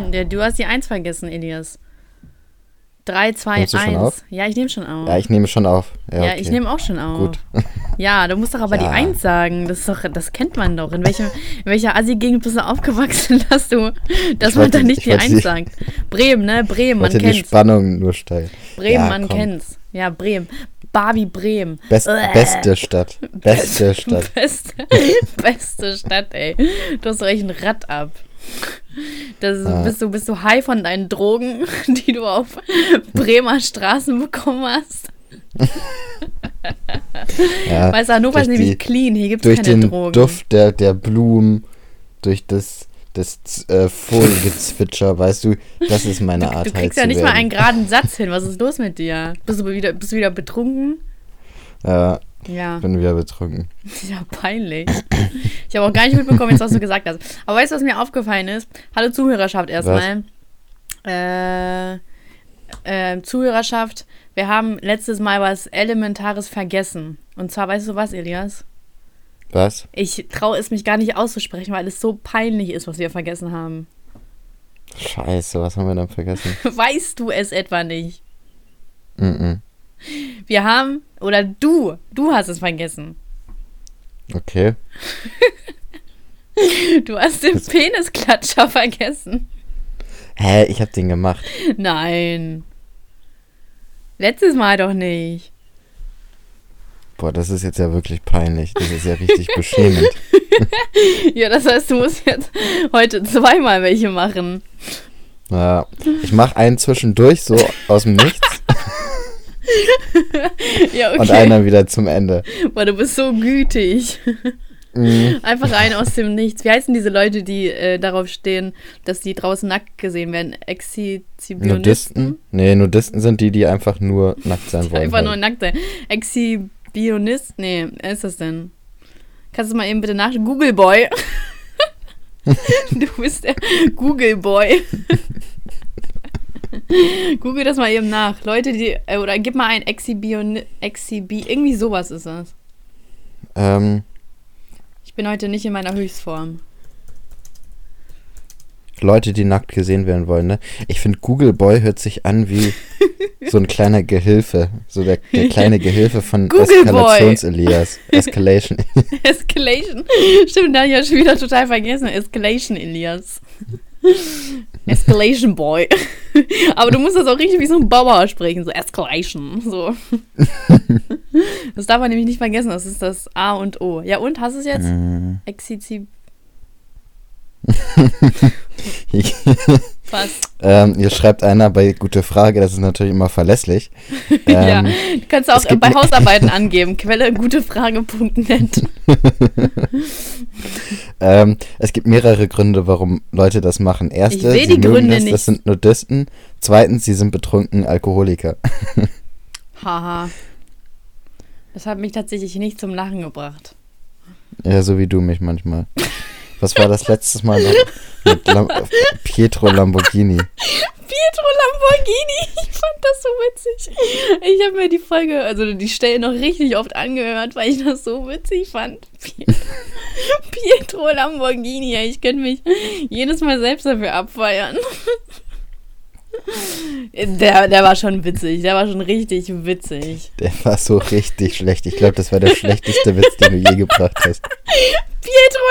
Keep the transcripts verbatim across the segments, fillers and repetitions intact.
Ja, du hast die eins vergessen, Elias. drei, zwei, Nimmst du schon eins. auf? Ja, ich nehme schon auf. Ja, ich nehme schon auf. Ja, Ja, okay. ich nehme auch schon auf. Gut. Ja, du musst doch aber Ja. die eins sagen. Das ist doch, das kennt man doch. In, welchem, in welcher Assi-Gegend bist du aufgewachsen, dass du, dass Ich man wollte- dann nicht ich die wollte eins die- sagt? Bremen, ne? Bremen, man Wollte die kennt's. Spannung nur steigen. Bremen, Ja, man komm. kennt's. Ja, Bremen. Barbie Bremen. Best, Uäh. beste Stadt. Beste Stadt. Beste, beste Stadt, ey. Du hast doch echt ein Rad ab. Das ist, Ja. bist, du, bist du high von deinen Drogen, die du auf Bremer Straßen bekommen hast? Ja, Weißt du, Hannover ist durch nämlich die- clean, hier gibt es durch keine den Drogen. Duft der, der Blumen, durch das, das äh, Vogelgezwitscher, weißt du, das ist meine Art, Du high kriegst zu ja nicht mal werden. einen geraden Satz hin. Was ist los mit dir? Bist du wieder, bist du wieder betrunken? Ja, Ja, bin wieder betrunken. ja, peinlich. Ich habe auch gar nicht mitbekommen, jetzt, was du gesagt hast. Aber weißt du, was mir aufgefallen ist? Hallo Zuhörerschaft erstmal. Äh, äh, Zuhörerschaft, wir haben letztes Mal was Elementares vergessen. Und zwar, weißt du was, Elias? Was? Ich traue es mich gar nicht auszusprechen, weil es so peinlich ist, was wir vergessen haben. Scheiße, was haben wir dann vergessen? Weißt du es etwa nicht? Mm-mm. Wir haben, oder du, du hast es vergessen. Okay. Du hast den Penisklatscher vergessen. Hä, ich hab den gemacht. Nein. Letztes Mal doch nicht. Boah, das ist jetzt ja wirklich peinlich. Das ist ja richtig beschämend. Ja, das heißt, du musst jetzt heute zweimal welche machen. Ja, ich mach einen zwischendurch, so aus dem Nichts. Ja, okay. Und einer wieder zum Ende. Boah, du bist so gütig. Mhm. Einfach einen aus dem Nichts. Wie heißen diese Leute, die äh, darauf stehen, dass die draußen nackt gesehen werden? Exhibitionisten? Nudisten? Nee, Nudisten sind die, die einfach nur nackt sein wollen. Einfach halt. nur nackt sein. Exhibionist? Nee, wer ist das denn? Kannst du mal eben bitte nach... Google Boy. Du bist der Google Boy. Google das mal eben nach. Leute, die... Äh, oder gib mal ein Exhibion... Exhibi... Irgendwie sowas ist das. Ähm, Ich bin heute nicht in meiner Höchstform. Leute, die nackt gesehen werden wollen, ne? Ich finde, Google Boy hört sich an wie so ein kleiner Gehilfe. So der, der kleine Gehilfe von Google Boy. Eskalations-Elias. Escalation. Escalation. Stimmt, da habe ich ja schon wieder total vergessen. Escalation, Elias. Escalation Boy. Aber du musst das auch richtig wie so ein Bauer sprechen. So Escalation. So. Das darf man nämlich nicht vergessen. Das ist das A und O. Ja, und? Hast du es jetzt? Mm. Exizib. Was? ähm, hier schreibt einer bei Gute Frage, das ist natürlich immer verlässlich. Ja, Ähm, du kannst auch es gibt bei ne- Hausarbeiten angeben. Quelle gutefrage punkt net. ähm, es gibt mehrere Gründe, warum Leute das machen. Erste, Ich seh sie die mögen Gründe das, nicht. das sind Nudisten. Zweitens, sie sind betrunken Alkoholiker. Haha. Das hat mich tatsächlich nicht zum Lachen gebracht. Ja, so wie du mich manchmal. Was war das letztes Mal noch mit Lam- Pietro Lamborghini? Pietro Lamborghini, ich fand das so witzig. Ich habe mir die Folge, also die Stelle noch richtig oft angehört, weil ich das so witzig fand. Pietro, Pietro Lamborghini, ich könnte mich jedes Mal selbst dafür abfeiern. Der, der war schon witzig, der war schon richtig witzig. Der war so richtig schlecht. Ich glaube, das war der schlechteste Witz, den du je gebracht hast. Pietro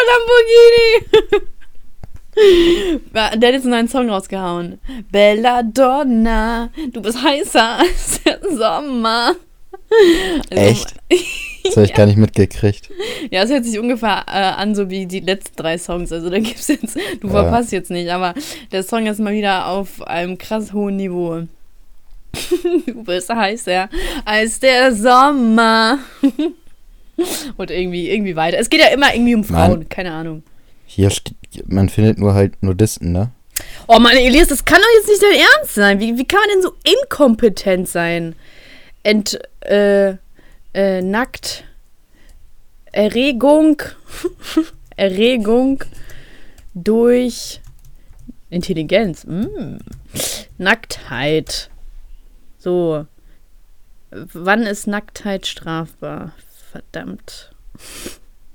Lamborghini! Der hat jetzt einen neuen Song rausgehauen. Belladonna, du bist heißer als der Sommer. Also, Echt? Das habe ich gar nicht mitgekriegt. Ja, es hört sich ungefähr äh, an, so wie die letzten drei Songs. Also da gibt's jetzt, du Ja. verpasst jetzt nicht, aber der Song ist mal wieder auf einem krass hohen Niveau. Du bist heißer als der Sommer. Und irgendwie, irgendwie weiter. Es geht ja immer irgendwie um Frauen, Mann. keine Ahnung. Hier, st- man findet nur halt Nudisten, ne? Oh Mann, Elias, das kann doch jetzt nicht dein Ernst sein. Wie, wie kann man denn so inkompetent sein? Ent, äh, äh, nackt. Erregung. Erregung durch Intelligenz. Mm. Nacktheit. So. Wann ist Nacktheit strafbar? Verdammt.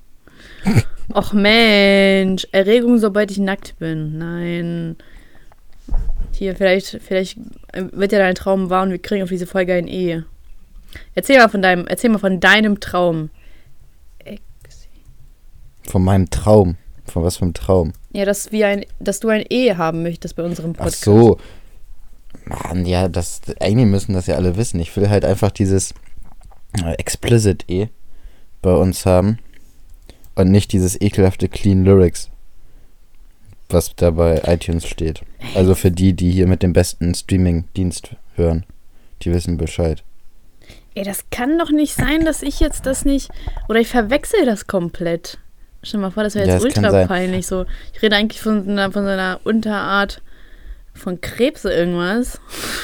Och Mensch. Erregung, sobald ich nackt bin. Nein. Hier, vielleicht, vielleicht wird ja dein Traum wahr und wir kriegen auf diese Folge ein E. Erzähl mal von deinem, erzähl mal von deinem Traum. Von meinem Traum. Von was für einem Traum? Ja, dass, wir ein, dass du ein E haben möchtest bei unserem Podcast. Ach so. Mann, ja, das, eigentlich müssen das ja alle wissen. Ich will halt einfach dieses äh, Explicit E bei uns haben und nicht dieses ekelhafte Clean Lyrics, was da bei iTunes steht. Also für die, die hier mit dem besten Streaming-Dienst hören, die wissen Bescheid. Ey, das kann doch nicht sein, dass ich jetzt das nicht... Oder ich verwechsel das komplett. Stell dir mal vor, das wäre jetzt Ja, das ultra kann sein. peinlich. So. Ich rede eigentlich von so einer, von so einer Unterart von Krebse irgendwas.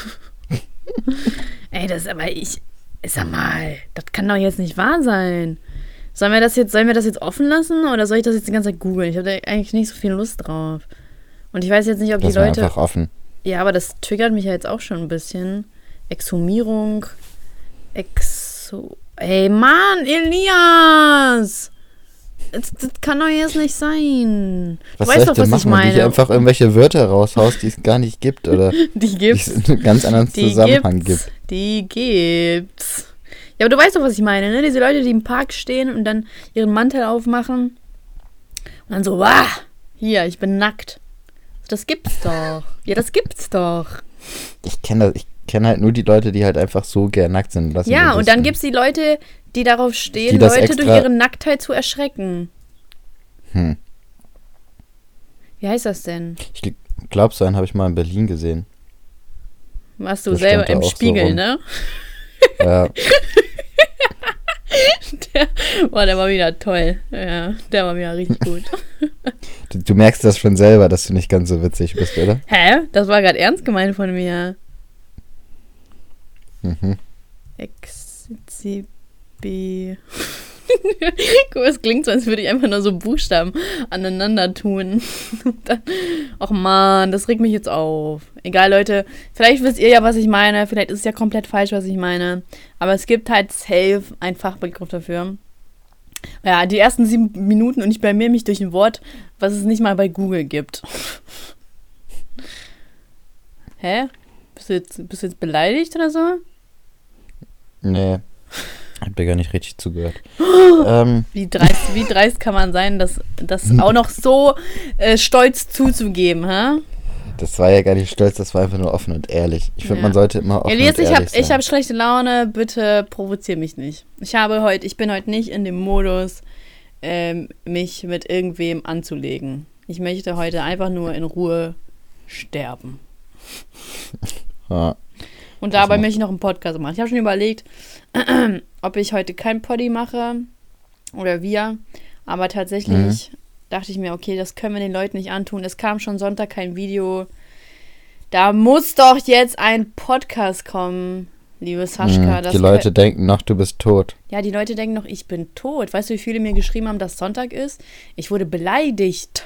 Ey, das ist aber ich... Sag mal, das kann doch jetzt nicht wahr sein. Sollen wir das jetzt, sollen wir das jetzt offen lassen oder soll ich das jetzt die ganze Zeit googeln? Ich habe da eigentlich nicht so viel Lust drauf. Und ich weiß jetzt nicht, ob Lass die mal Leute... einfach offen. Ja, aber das triggert mich ja jetzt auch schon ein bisschen. Exhumierung. Exo... Ey, Mann, Elias! Das, das kann doch jetzt nicht sein. Was Du soll weißt ich doch, denn was machen, ich wenn du hier meine. einfach irgendwelche Wörter raushaust, die es gar nicht gibt oder Die die es gibt's. in einem ganz anderen Die Zusammenhang gibt's. gibt? Die gibt's. Ja, aber du weißt doch, was ich meine, ne? Diese Leute, die im Park stehen und dann ihren Mantel aufmachen und dann so, wah, hier, ich bin nackt. Das gibt's doch. Ja, das gibt's doch. Ich kenne das, ich kenne halt nur die Leute, die halt einfach so gern nackt sind. Lassen Ja, wir und dann wissen. gibt's die Leute, die darauf stehen, Die das Leute extra- durch ihre Nacktheit zu erschrecken. Hm. Wie heißt das denn? Ich glaube, so einen habe ich mal in Berlin gesehen. Warst du Der selber stand da im auch so Spiegel, rum. ne? Ja, Der, boah, der war wieder toll. Ja, der war wieder richtig gut. du, du merkst das schon selber, dass du nicht ganz so witzig bist, oder? Hä? Das war gerade ernst gemeint von mir. Mhm. Exzibi. Guck mal, es klingt so, als würde ich einfach nur so Buchstaben aneinander tun. Und dann, ach man, das regt mich jetzt auf. Egal, Leute, vielleicht wisst ihr ja, was ich meine. Vielleicht ist es ja komplett falsch, was ich meine. Aber es gibt halt safe einen Fachbegriff dafür. Ja, die ersten sieben Minuten und ich blamier mich durch ein Wort, was es nicht mal bei Google gibt. Hä? Bist du jetzt, bist du jetzt beleidigt oder so? Nee. Ich hab dir gar nicht richtig zugehört. ähm, Wie dreist, wie dreist kann man sein, das, das auch noch so äh, stolz zuzugeben, hä? das war ja gar nicht stolz, das war einfach nur offen und ehrlich. Ich finde, Ja. man sollte immer offen Elias, und ich ehrlich habe ich sein. hab schlechte Laune, bitte provozier mich nicht. Ich habe heute, ich bin heute nicht in dem Modus, ähm, mich mit irgendwem anzulegen. Ich möchte heute einfach nur in Ruhe sterben. Ja. Und dabei macht- möchte ich noch einen Podcast machen. Ich habe schon überlegt, ob ich heute kein Poddy mache oder wir. Aber tatsächlich Mhm. dachte ich mir, okay, das können wir den Leuten nicht antun. Es kam schon Sonntag kein Video. Da muss doch jetzt ein Podcast kommen, liebe Sascha. Mhm. Das Die Leute kö- denken noch, du bist tot. ja, die Leute denken noch, ich bin tot. Weißt du, wie viele mir geschrieben haben, dass Sonntag ist? Ich wurde beleidigt.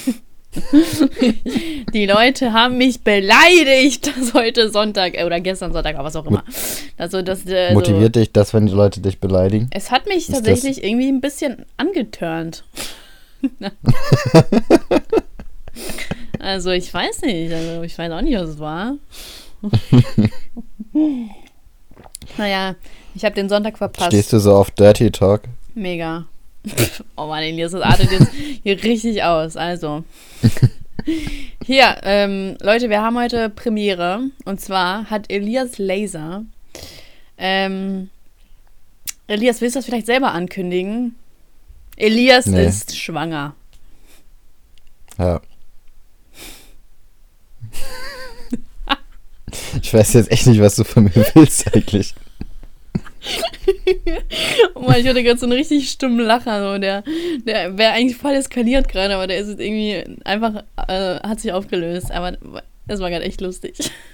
Die Leute haben mich beleidigt, dass heute Sonntag äh, oder gestern Sonntag, aber was auch immer. Also, das, äh, Motiviert dich das, wenn die Leute dich beleidigen? Es hat mich Ist tatsächlich irgendwie ein bisschen angetörnt. Also, ich weiß nicht. Also, ich weiß auch nicht, was es war. Naja, ich habe den Sonntag verpasst. Stehst du so auf Dirty Talk? Mega. Oh Mann, Elias, das artet jetzt hier richtig aus. Also. Hier, ähm, Leute, wir haben heute Premiere. Und zwar hat Elias Laser. Ähm, Elias, willst du das vielleicht selber ankündigen? Elias Nee. ist schwanger. Ja. Ich weiß jetzt echt nicht, was du von mir willst eigentlich. Oh Mann, ich hatte gerade so einen richtig stummen Lacher. So. Der, der wäre eigentlich voll eskaliert gerade, aber der ist jetzt irgendwie einfach, äh, hat sich aufgelöst. Aber es war gerade echt lustig.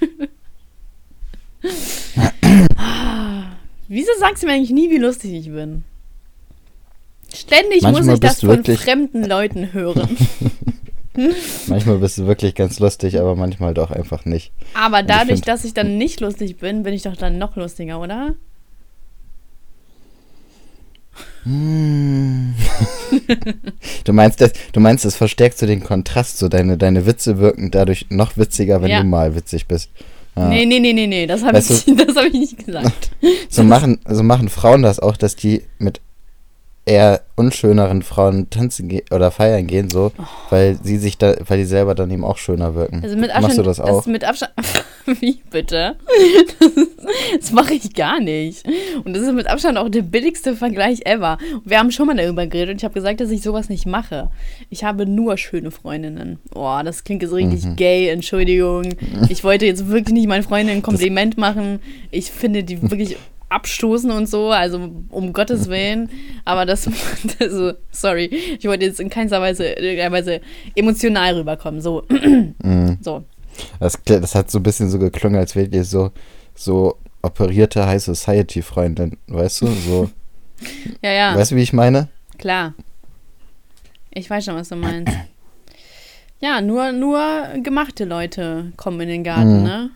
Wieso sagst du mir eigentlich nie, wie lustig ich bin? Ständig Manchmal muss ich das bist du von wirklich- fremden Leuten hören. Manchmal bist du wirklich ganz lustig, aber manchmal doch einfach nicht. Aber ich dadurch, find- dass ich dann nicht lustig bin, bin ich doch dann noch lustiger, oder? Mm. du meinst das, du meinst, das verstärkt so den Kontrast, so deine, deine Witze wirken dadurch noch witziger, wenn ja. du mal witzig bist. Ja. Nee, nee, nee, nee, nee, das habe ich, hab ich nicht gesagt. so, machen, so machen Frauen das auch, dass die mit eher unschöneren Frauen tanzen ge- oder feiern gehen, so, oh. weil sie sich da, weil die selber dann eben auch schöner wirken. Also mit Abstand, Machst du das auch? Das mit Abstand, wie bitte? Das mache ich gar nicht. Und das ist mit Abstand auch der billigste Vergleich ever. Wir haben schon mal darüber geredet und ich habe gesagt, dass ich sowas nicht mache. Ich habe nur schöne Freundinnen. Boah, das klingt jetzt richtig mhm. gay, Entschuldigung. Ich wollte jetzt wirklich nicht meinen Freundinnen ein Kompliment das machen. Ich finde die wirklich abstoßen und so, also um Gottes Willen, aber das, also, sorry, ich wollte jetzt in keiner Weise, in irgendeiner Weise emotional rüberkommen, so. Mhm. so. Das, das hat so ein bisschen so geklungen, als wäre ihr so, so operierte High Society Freundin, weißt du, so. ja, ja. Weißt du, wie ich meine? Klar. Ich weiß schon, was du meinst. Ja, nur, nur gemachte Leute kommen in den Garten, mhm. ne?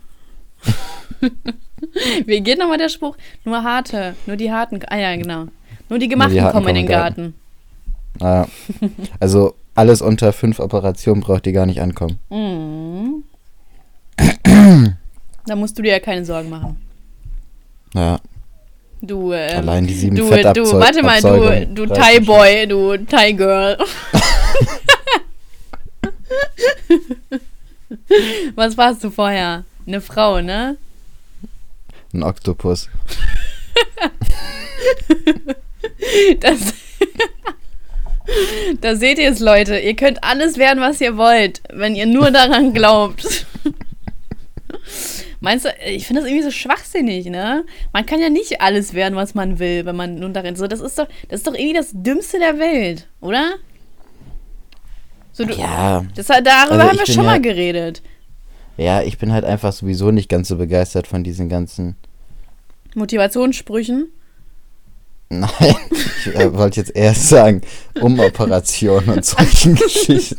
Wie geht nochmal der Spruch? Nur harte, nur die harten, ah ja, genau. Nur die gemachten nur die kommen in den Garten. Garten. Ah, also alles unter fünf Operationen braucht die gar nicht ankommen. Mhm. Da musst du dir ja keine Sorgen machen. Ja. Du, ähm, Allein die sieben du, Fettabzeug- du, warte mal, du, du Thai-Boy, du Thai-Girl. Was warst du vorher? Eine Frau, ne? Ein Oktopus. das, da seht ihr es, Leute. Ihr könnt alles werden, was ihr wollt, wenn ihr nur daran glaubt. Meinst du, ich finde das irgendwie so schwachsinnig, ne? Man kann ja nicht alles werden, was man will, wenn man nun darin so, das ist doch, das ist doch irgendwie das Dümmste der Welt, oder? So, du, ja. Das, darüber also haben wir schon ja, mal geredet. Ja, ich bin halt einfach sowieso nicht ganz so begeistert von diesen ganzen Motivationssprüchen? Nein, ich äh, wollte jetzt erst sagen, Umoperationen und solchen Geschichten.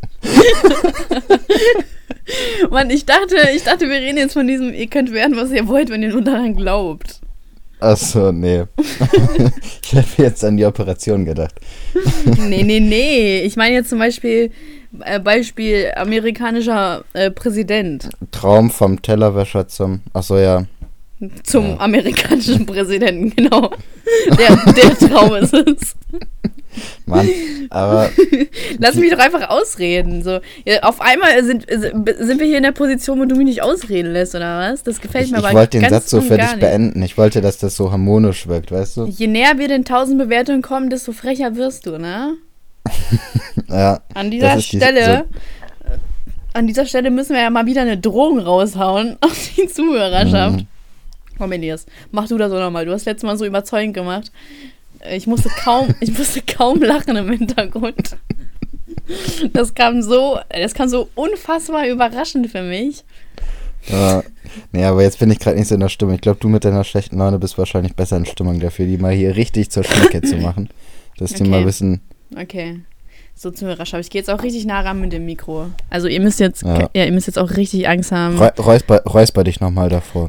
Mann, ich dachte, ich dachte, wir reden jetzt von diesem, ihr könnt werden, was ihr wollt, wenn ihr nur daran glaubt. Achso, nee. Ich habe jetzt an die Operation gedacht. Nee, nee, nee. Ich meine jetzt zum Beispiel, äh, Beispiel amerikanischer äh, Präsident. Traum vom Tellerwäscher zum, achso, ja. Zum ja. amerikanischen Präsidenten, genau. Der, der Traum ist es. Mann, aber... Lass mich doch einfach ausreden. So. Ja, auf einmal sind, sind wir hier in der Position, wo du mich nicht ausreden lässt, oder was? Das gefällt ich, mir aber Ich wollte den ganz Satz so für dich nicht. beenden. Ich wollte, dass das so harmonisch wirkt, weißt du? Je näher wir den tausend Bewertungen kommen, desto frecher wirst du, ne? Ja. An dieser Stelle... Die, so an dieser Stelle müssen wir ja mal wieder eine Drohung raushauen auf die Zuhörerschaft. Mhm. Komm, Elias, mach du das auch nochmal. Du hast letztes Mal so überzeugend gemacht. Ich musste kaum, ich musste kaum lachen im Hintergrund. Das kam so, das kam so unfassbar überraschend für mich. Ja, nee, aber jetzt bin ich gerade nicht so in der Stimmung. Ich glaube, du mit deiner schlechten Laune bist wahrscheinlich besser in Stimmung dafür, die mal hier richtig zur Schnecke zu machen. Dass die okay. mal wissen. Okay. So, Zuhörerschaft, ich gehe jetzt auch richtig nah ran mit dem Mikro. Also ihr müsst jetzt, ja, ja ihr müsst jetzt auch richtig Angst haben. Reu- räusper, räusper dich nochmal davor.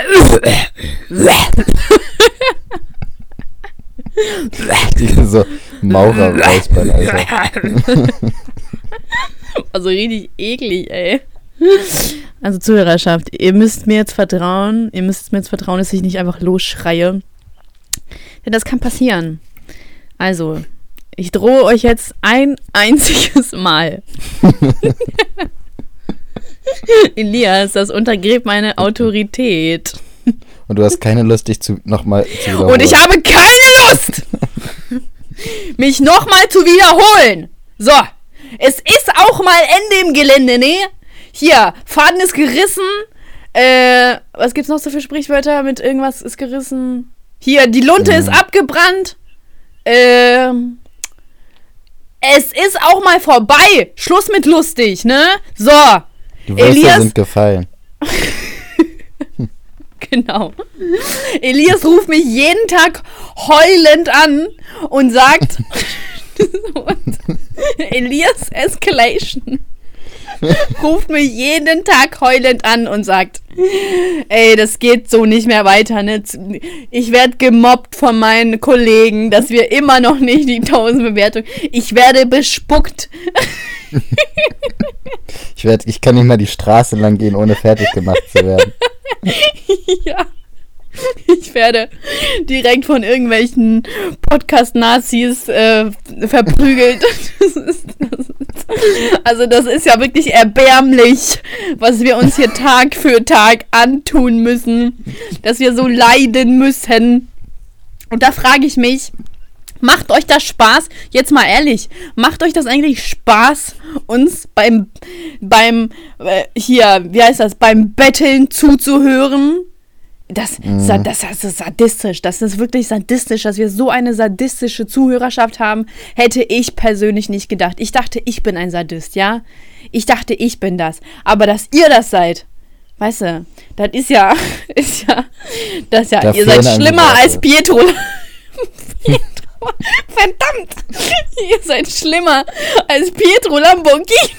Die so Maurer-Räuspern, Alter. Also richtig eklig, ey. Also Zuhörerschaft, ihr müsst mir jetzt vertrauen, ihr müsst mir jetzt vertrauen, dass ich nicht einfach losschreie. Denn das kann passieren. Also, ich drohe euch jetzt ein einziges Mal. Elias, das untergräbt meine Autorität. Und du hast keine Lust, dich zu, nochmal zu wiederholen. Und ich habe keine Lust, mich nochmal zu wiederholen. So, es ist auch mal Ende im Gelände, ne? Hier, Faden ist gerissen. Äh, was gibt's noch so für Sprichwörter mit irgendwas ist gerissen? Hier, die Lunte mhm. ist abgebrannt. Ähm... Es ist auch mal vorbei. Schluss mit lustig, ne? So. Die Würste Elias sind gefallen. Genau. Elias ruft mich jeden Tag heulend an und sagt Elias Escalation. ruft mich jeden Tag heulend an und sagt, ey, das geht so nicht mehr weiter, ne? Ich werde gemobbt von meinen Kollegen, dass wir immer noch nicht die tausend Bewertungen. Ich werde bespuckt. ich, werd, ich kann nicht mal die Straße lang gehen, ohne fertig gemacht zu werden. Ja. Ich werde direkt von irgendwelchen Podcast-Nazis äh, verprügelt. Das ist, das ist, also das ist ja wirklich erbärmlich, was wir uns hier Tag für Tag antun müssen, dass wir so leiden müssen. Und da frage ich mich, macht euch das Spaß? Jetzt mal ehrlich, macht euch das eigentlich Spaß, uns beim, beim äh, hier, wie heißt das, beim Betteln zuzuhören? Das, mhm. das, das ist sadistisch, das ist wirklich sadistisch, dass wir so eine sadistische Zuhörerschaft haben, hätte ich persönlich nicht gedacht. Ich dachte, ich bin ein Sadist, ja? Ich dachte, ich bin das. Aber dass ihr das seid, weißt du, das ist ja, ist ja, das ist ja, da ihr seid schlimmer als Pietro. Pietro, verdammt, ihr seid schlimmer als Pietro Lamborghini.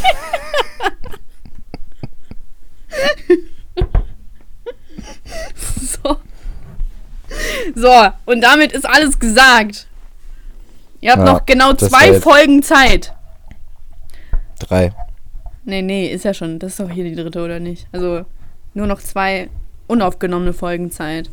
So. So, und damit ist alles gesagt. Ihr habt ja, noch genau zwei Folgen Zeit. Drei. Nee, nee, ist ja schon. Das ist doch hier die dritte, oder nicht? Also, nur noch zwei unaufgenommene Folgen Zeit.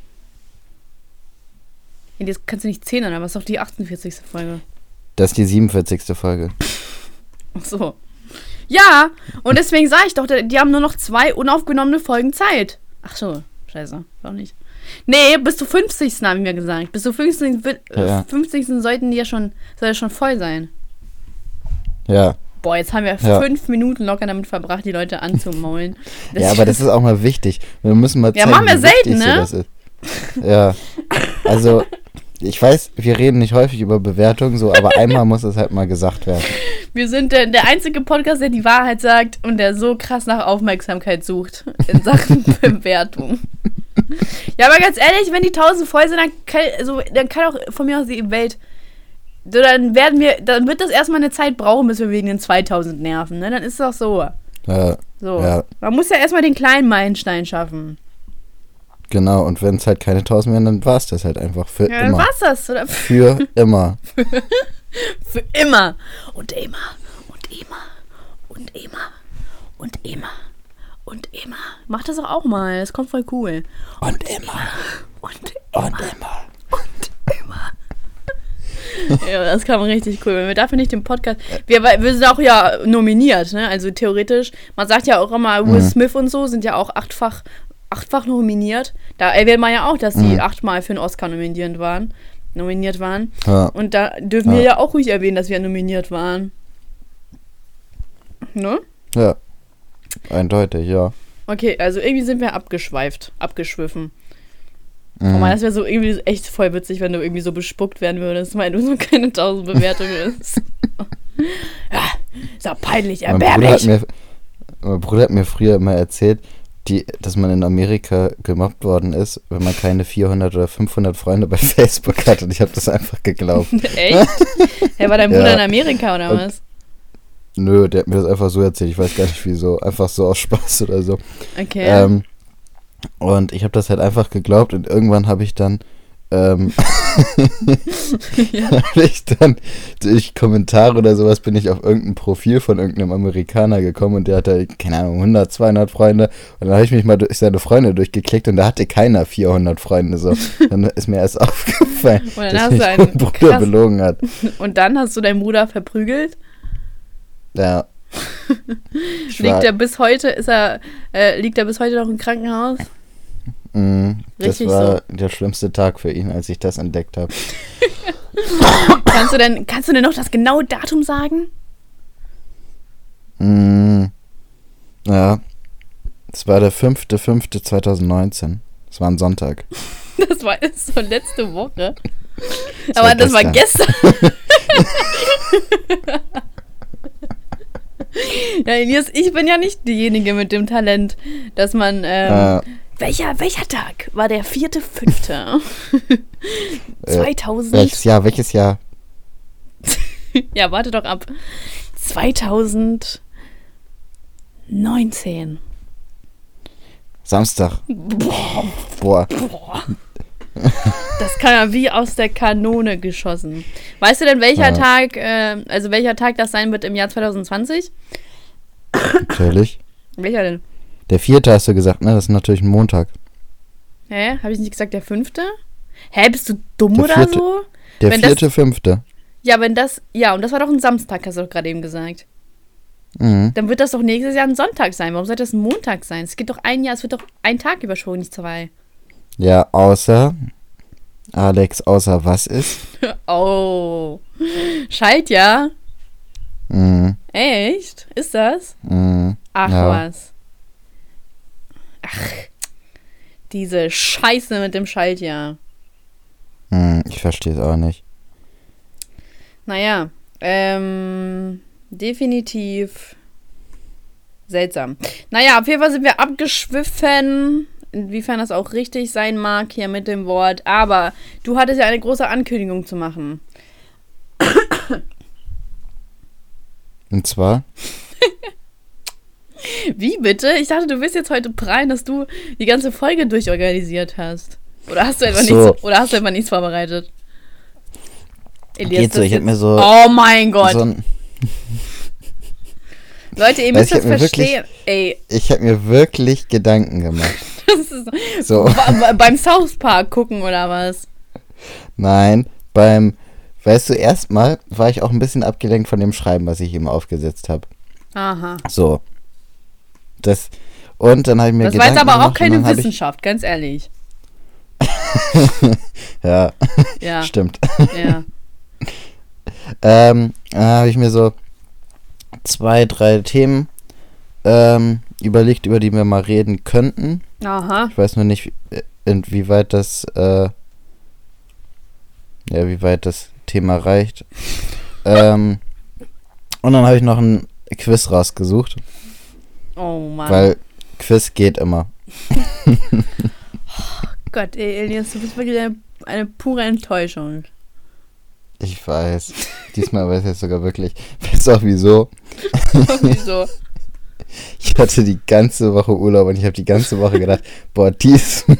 Ja, das kannst du nicht zählen, aber was ist doch die achtundvierzigste Folge? Das ist die siebenundvierzigste Folge. Ach so. Ja, und deswegen sage ich doch, die haben nur noch zwei unaufgenommene Folgen Zeit. Ach so, scheiße, doch nicht. Nee, bis zum fünfzigsten haben wir gesagt. Bis zum fünfzigsten, ja. fünfzigsten sollten die ja schon, soll ja schon voll sein. Ja. Boah, jetzt haben wir ja. fünf Minuten locker damit verbracht, die Leute anzumaulen. Das ja, aber das ist auch mal wichtig. Wir müssen mal zeigen, ja, machen wir selten, ne? Das ist. Ja, also ich weiß, wir reden nicht häufig über Bewertungen, so, aber einmal muss es halt mal gesagt werden. Wir sind der, der einzige Podcast, der die Wahrheit sagt und der so krass nach Aufmerksamkeit sucht in Sachen Bewertung. Ja, aber ganz ehrlich, wenn die tausend voll sind, dann kann, also, dann kann auch von mir aus die Welt, so, dann werden wir, dann wird das erstmal eine Zeit brauchen, bis wir wegen den zweitausend nerven, ne? Dann ist es auch so. Ja, so. Ja. Man muss ja erstmal den kleinen Meilenstein schaffen. Genau, und wenn es halt keine tausend werden, dann war es das halt einfach für ja, immer. Dann war's das, oder? Für immer. für, für immer. Und immer. Und immer. Und immer. Und immer. Und immer. Mach das doch auch mal, das kommt voll cool. Und, und immer. Und immer. Und immer. Und immer. Ja, das kam richtig cool. Wenn wir dafür nicht den Podcast... Wir, wir sind auch ja nominiert, ne? Also theoretisch, man sagt ja auch immer, Will mhm. Smith und so sind ja auch achtfach achtfach nominiert. Da erwähnt man ja auch, dass die mhm. achtmal für einen Oscar nominiert waren. Nominiert waren. Ja. Und da dürfen ja. wir ja auch ruhig erwähnen, dass wir nominiert waren. Ne? Ja. Eindeutig, ja. Okay, also irgendwie sind wir abgeschweift, abgeschwiffen. Mhm. Oh Mann, das wäre so irgendwie echt voll witzig, wenn du irgendwie so bespuckt werden würdest, weil du so keine tausend Bewertungen hast. Ja, ist doch peinlich, erbärmlich. Mein, mein Bruder hat mir früher immer erzählt, die, dass man in Amerika gemobbt worden ist, wenn man keine vierhundert oder fünfhundert Freunde bei Facebook hat. Und ich habe das einfach geglaubt. Echt? Hey, war dein Bruder ja. in Amerika oder und, was? Nö, der hat mir das einfach so erzählt. Ich weiß gar nicht wieso. Einfach so aus Spaß oder so. Okay. Ähm, und ich habe das halt einfach geglaubt und irgendwann habe ich dann ähm, ja. habe ich dann durch Kommentare oder sowas bin ich auf irgendein Profil von irgendeinem Amerikaner gekommen und der hatte, keine Ahnung, hundert, zweihundert Freunde und dann habe ich mich mal durch seine Freunde durchgeklickt und da hatte keiner vierhundert Freunde so. Dann ist mir erst aufgefallen, dass mich mein Bruder krass. belogen hat. Und dann hast du deinen Bruder verprügelt? Ja. Liegt er bis heute, ist er, äh, liegt er bis heute noch im Krankenhaus? Mm, das Richtig war so. Der schlimmste Tag für ihn, als ich das entdeckt habe. kannst du denn, kannst du denn noch das genaue Datum sagen? Mm, ja. Es war der fünfter fünfter zweitausendneunzehn. Es war ein Sonntag. Das war jetzt so letzte Woche. Das Aber war das war gestern. Ja, Elias, ich bin ja nicht diejenige mit dem Talent, dass man, ähm, äh, welcher, welcher Tag war der vierte fünfte zweitausend? Äh, welches Jahr, welches Jahr? Ja, warte doch ab. zweitausend, neunzehn. Samstag. Boah. Boah. Boah. Das kam ja wie aus der Kanone geschossen. Weißt du denn, welcher Ja. Tag, äh, also welcher Tag das sein wird im Jahr zwanzig zwanzig? Natürlich. Welcher denn? Der vierte hast du gesagt, ne? Das ist natürlich ein Montag. Hä? Habe ich nicht gesagt, der fünfte? Hä, bist du dumm Der oder vierte. so? Der Wenn das- vierte, fünfte. Ja, wenn das, ja, und das war doch ein Samstag, hast du doch gerade eben gesagt. Mhm. Dann wird das doch nächstes Jahr ein Sonntag sein. Warum sollte das ein Montag sein? Es geht doch ein Jahr, es wird doch ein Tag übersprungen, nicht zwei. Ja, außer, Alex, außer was ist? Oh. Schaltjahr? Mhm. Echt? Ist das? Mhm. Ach Ja. was. Ach. Diese Scheiße mit dem Schaltjahr. Mhm. Ich verstehe es auch nicht. Naja, ähm, definitiv seltsam. Naja, auf jeden Fall sind wir abgeschwiffen, inwiefern das auch richtig sein mag hier mit dem Wort. Aber du hattest ja eine große Ankündigung zu machen. Und zwar, Wie bitte? Ich dachte, du willst jetzt heute prallen, dass du die ganze Folge durchorganisiert hast. Oder hast du etwa, Ach so. nichts, oder hast du etwa nichts vorbereitet? Elias, geht so, das ich hab jetzt- mir so, Oh mein Gott. so ein, Leute, ihr Weiß müsst ich, das hab mir verstehen. Ey, ich habe mir wirklich Gedanken gemacht. das ist So, Ba- beim South Park gucken oder was? nein, beim, weißt du, erstmal war ich auch ein bisschen abgelenkt von dem Schreiben, was ich ihm aufgesetzt habe. Aha. So. Das, und dann habe ich mir Das war Gedanken jetzt aber auch gemacht und keine dann hab ich, Wissenschaft, ganz ehrlich. ja, Ja, stimmt. ja. Ähm, dann habe ich mir so zwei, drei Themen ähm, überlegt, über die wir mal reden könnten. Aha. Ich weiß nur nicht, wie- inwieweit das, äh, ja, wie weit das Thema reicht. ähm, und dann habe ich noch ein Quiz rausgesucht, Oh Mann. weil Quiz geht immer. Gott, ey, Elias, du bist wirklich eine, eine pure Enttäuschung. Ich weiß. Diesmal weiß ich es sogar wirklich. Weißt du auch wieso? Wieso? Ich hatte die ganze Woche Urlaub und ich habe die ganze Woche gedacht, boah, diesmal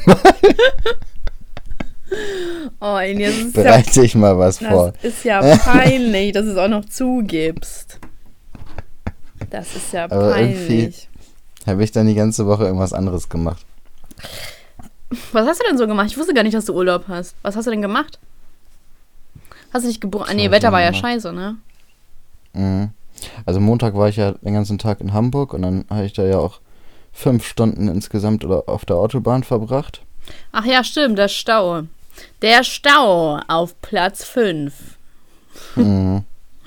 Oh, Elias, das ist ja, bereite ich mal was vor. das ist ja peinlich, dass du es auch noch zugibst. Das ist ja Aber irgendwie- peinlich. Habe ich dann die ganze Woche irgendwas anderes gemacht. Was hast du denn so gemacht? Ich wusste gar nicht, dass du Urlaub hast. Was hast du denn gemacht? Hast du dich geboren? Ah, nee, hab ich Wetter denn war ja gemacht? scheiße, ne? Mhm. Also Montag war ich ja den ganzen Tag in Hamburg und dann habe ich da ja auch fünf Stunden insgesamt oder auf der Autobahn verbracht. Ach ja, stimmt, der Stau. Der Stau auf Platz fünf. Mhm.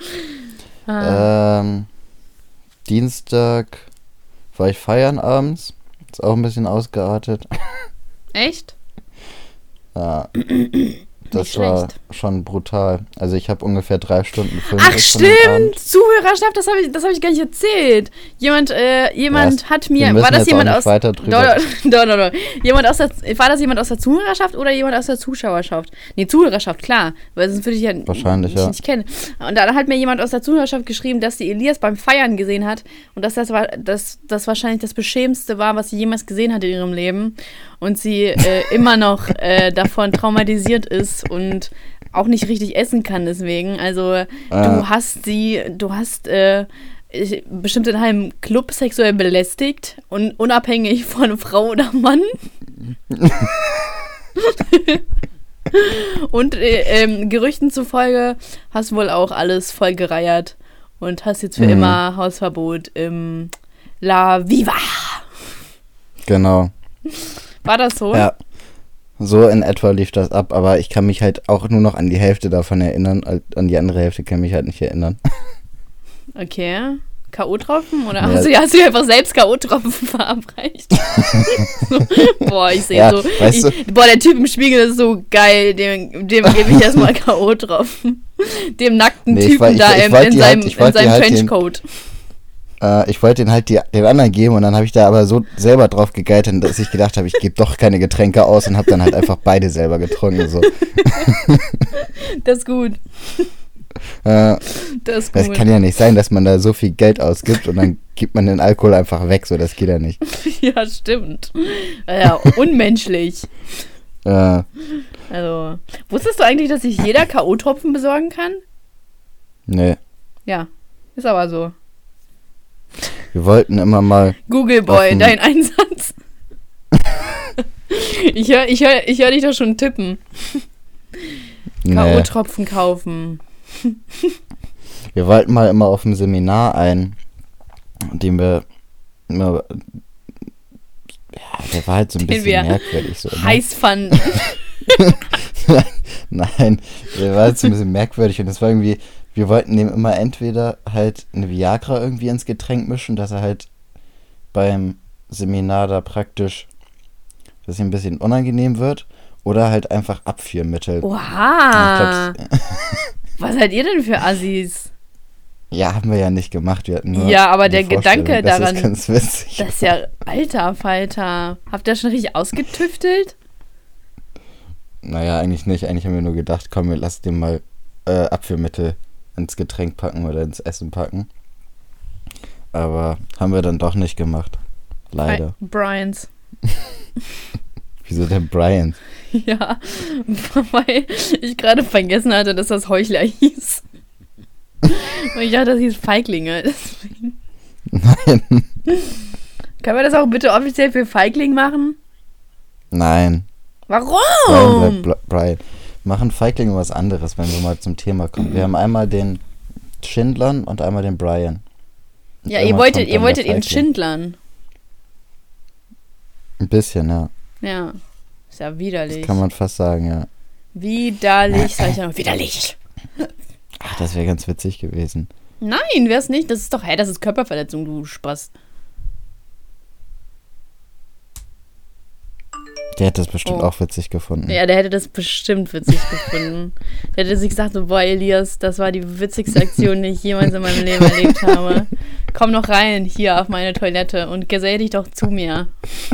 Ah. ähm, Dienstag war ich feiern abends. Ist auch ein bisschen ausgeartet. Echt? Ja, das Nicht war schlecht. schon brutal. Also ich habe ungefähr drei Stunden Film. Ach jetzt von dem stimmt, Abend. Zuhörerschaft, das habe ich, das hab ich gar nicht erzählt. Jemand, äh, jemand Ja, hat Wir mir, müssen war das jetzt jemand auch nicht aus, weiter doch, drüber. doch, doch, doch. Jemand aus der, war das jemand aus der Zuhörerschaft oder jemand aus der Zuschauerschaft? Nee, Zuhörerschaft, klar, weil sonst würde ich ja Wahrscheinlich, dich ja. nicht kennen. Und dann hat mir jemand aus der Zuhörerschaft geschrieben, dass die Elias beim Feiern gesehen hat und dass das, war, dass das wahrscheinlich das Beschämendste war, was sie jemals gesehen hat in ihrem Leben und sie äh, immer noch äh, davon traumatisiert ist und auch nicht richtig essen kann deswegen. Also Ja. du hast sie, du hast äh, ich- bestimmt in einem Club sexuell belästigt und unabhängig von Frau oder Mann. Und äh, ähm, Gerüchten zufolge hast wohl auch alles vollgereiert und hast jetzt für Mhm. immer Hausverbot im La Viva. Genau. War das so? Ja. So in etwa lief das ab, aber ich kann mich halt auch nur noch an die Hälfte davon erinnern. An die andere Hälfte kann ich mich halt nicht erinnern. Okay. K O-Tropfen? Oder Ja. hast, du, hast du einfach selbst K O-Tropfen verabreicht? So, boah, ich sehe Ja, so. weißt Ich, boah, der Typ im Spiegel ist so geil. Dem, dem gebe ich erstmal K O-Tropfen. Dem nackten Nee, ich Typen wollt- ich- da ich im, wollt in die halt- seinem, ich in wollt die seinem halt den- Trenchcoat. Äh, ich wollte den halt die, den anderen geben und dann habe ich da aber so selber drauf gegeitert, dass ich gedacht habe, ich gebe doch keine Getränke aus und habe dann halt einfach beide selber getrunken. So. Das ist gut. Äh, Das ist das gut. kann ja nicht sein, dass man da so viel Geld ausgibt und dann gibt man den Alkohol einfach weg. So, das geht ja nicht. Ja, stimmt. Ja, unmenschlich. Äh, Also, wusstest du eigentlich, dass sich jeder K O-Tropfen besorgen kann? nee. Ja, ist aber so. Wir wollten immer mal. Google Boy, Offen. dein Einsatz. Ich höre ich hör, ich hör dich doch schon tippen. Nee. K O-Tropfen kaufen. Wir wollten mal immer auf ein Seminar ein, dem wir immer. Ja, der war halt so ein Den bisschen wir merkwürdig. So, ne? Heiß fanden. Nein, der war halt so ein bisschen merkwürdig und das war irgendwie. Wir wollten dem immer entweder halt eine Viagra irgendwie ins Getränk mischen, dass er halt beim Seminar da praktisch, dass ihm ein bisschen unangenehm wird, oder halt einfach Abführmittel. Oha. Ich glaub's- Was seid ihr denn für Assis? Ja, haben wir ja nicht gemacht. Wir hatten nur Ja, aber die der Gedanke Vorstellung, das daran- ist ganz witzig. Das ist ja alter Falter. Habt ihr schon richtig ausgetüftelt? Naja, eigentlich nicht. Eigentlich haben wir nur gedacht, komm, wir lassen dem mal äh, Abführmittel ins Getränk packen oder ins Essen packen. Aber haben wir dann doch nicht gemacht. Leider. Bryans. Wieso denn Brian? Ja, weil ich gerade vergessen hatte, dass das Heuchler hieß. Und ich dachte, das hieß Feiglinge. Deswegen. Nein. Können wir das auch bitte offiziell für Feigling machen? Nein. Brian Warum? bleibt Bl- Brian. Machen Feiglinge was anderes, wenn wir mal zum Thema kommen. Wir haben einmal den Schindlern und einmal den Brian. Und Ja, ihr irgendwann wolltet, kommt ihr dann wolltet der ihn Feigling. Schindlern. Ein bisschen, ja. Ja, ist ja Das widerlich. kann man fast sagen, ja. Widerlich, sag ich ja noch. Widerlich. Ach, das wäre ganz witzig gewesen. Nein, wär's nicht. Das ist doch, hä, das ist Körperverletzung, du Spaß. Der hätte das bestimmt Oh. auch witzig gefunden. Ja, der hätte das bestimmt witzig gefunden. Der hätte sich gesagt, so, boah, Elias, das war die witzigste Aktion, die ich jemals in meinem Leben erlebt habe. Komm noch rein, hier auf meine Toilette und gesell dich doch zu mir.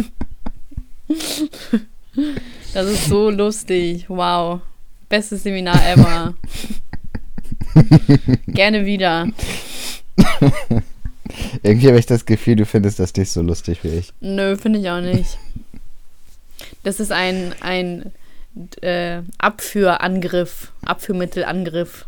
Das ist so lustig. Wow. Bestes Seminar ever. Gerne wieder. Irgendwie habe ich das Gefühl, du findest das nicht so lustig wie ich. Nö, finde ich auch nicht. Das ist ein, ein äh, Abführangriff. Abführmittelangriff.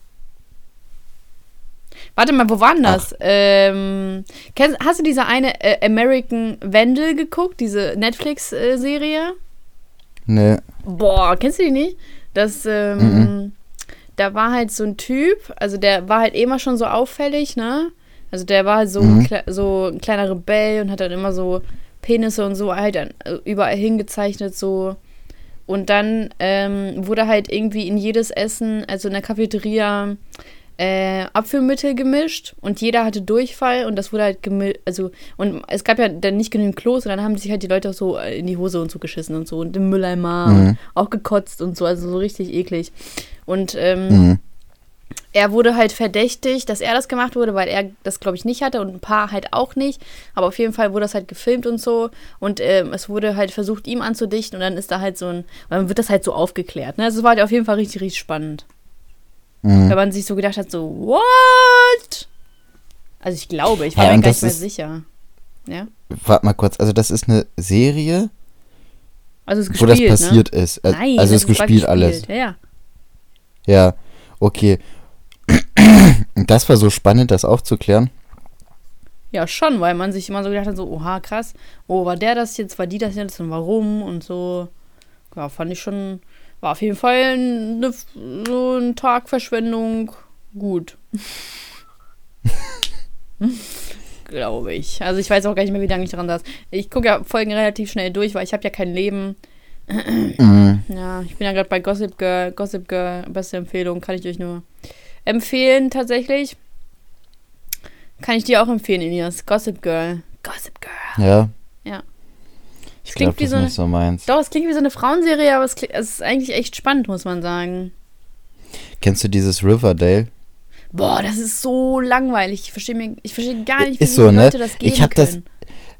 Warte mal, wo war denn das? Ähm, kennst, hast du diese eine äh, American Vandal geguckt? Diese Netflix-Serie? Ne. Boah, kennst du die nicht? Das, ähm, Mhm. da war halt so ein Typ, also der war halt immer schon so auffällig, ne? Also der war halt so, Mhm. ein, kle- so ein kleiner Rebell und hat dann immer so Penisse und so halt an, überall hingezeichnet, so. Und dann ähm, wurde halt irgendwie in jedes Essen, also in der Cafeteria, äh, Abführmittel gemischt und jeder hatte Durchfall und das wurde halt gemischt, also und es gab ja dann nicht genügend Klos und dann haben sich halt die Leute auch so in die Hose und so geschissen und so und im Mülleimer Mhm. und auch gekotzt und so, also so richtig eklig. Und ähm, Mhm. er wurde halt verdächtigt, dass er das gemacht wurde, weil er das, glaube ich, nicht hatte und ein paar halt auch nicht. Aber auf jeden Fall wurde das halt gefilmt und so. Und ähm, es wurde halt versucht, ihm anzudichten und dann ist da halt so ein, und dann wird das halt so aufgeklärt. Ne? Also es war halt auf jeden Fall richtig, richtig spannend. Mhm. Wenn man sich so gedacht hat, so, what? Also ich glaube, ich war Ja, mir und gar das nicht mehr ist- sicher. Ja? Warte mal kurz, also das ist eine Serie, Also es ist wo das gespielt, passiert ist. ne? Äh, Nein, also es das ist war gespielt alles. Ja, ja. Ja, okay. Das war so spannend, das aufzuklären. Ja, schon, weil man sich immer so gedacht hat, so, oha, krass, oh, war der das jetzt, war die das jetzt und warum und so. Ja, fand ich schon, war auf jeden Fall eine, so ein Tag Verschwendung gut. Glaube ich. Also ich weiß auch gar nicht mehr, wie lange ich dran saß. Ich gucke ja Folgen relativ schnell durch, weil ich habe ja kein Leben. Mhm. Ja, ich bin ja gerade bei Gossip Girl. Gossip Girl, beste Empfehlung, kann ich euch nur empfehlen, tatsächlich. Kann ich dir auch empfehlen, Elias. Gossip Girl. Gossip Girl. Ja. Ja. Ich klingt glaube, wie das so ist eine- nicht so meins. Doch, es klingt wie so eine Frauenserie, aber es, klingt, es ist eigentlich echt spannend, muss man sagen. Kennst du dieses Riverdale? Boah, das ist so langweilig. Ich verstehe mir, ich verstehe gar nicht, wie Ist die so, ne? Leute das geben Ich hab das- können.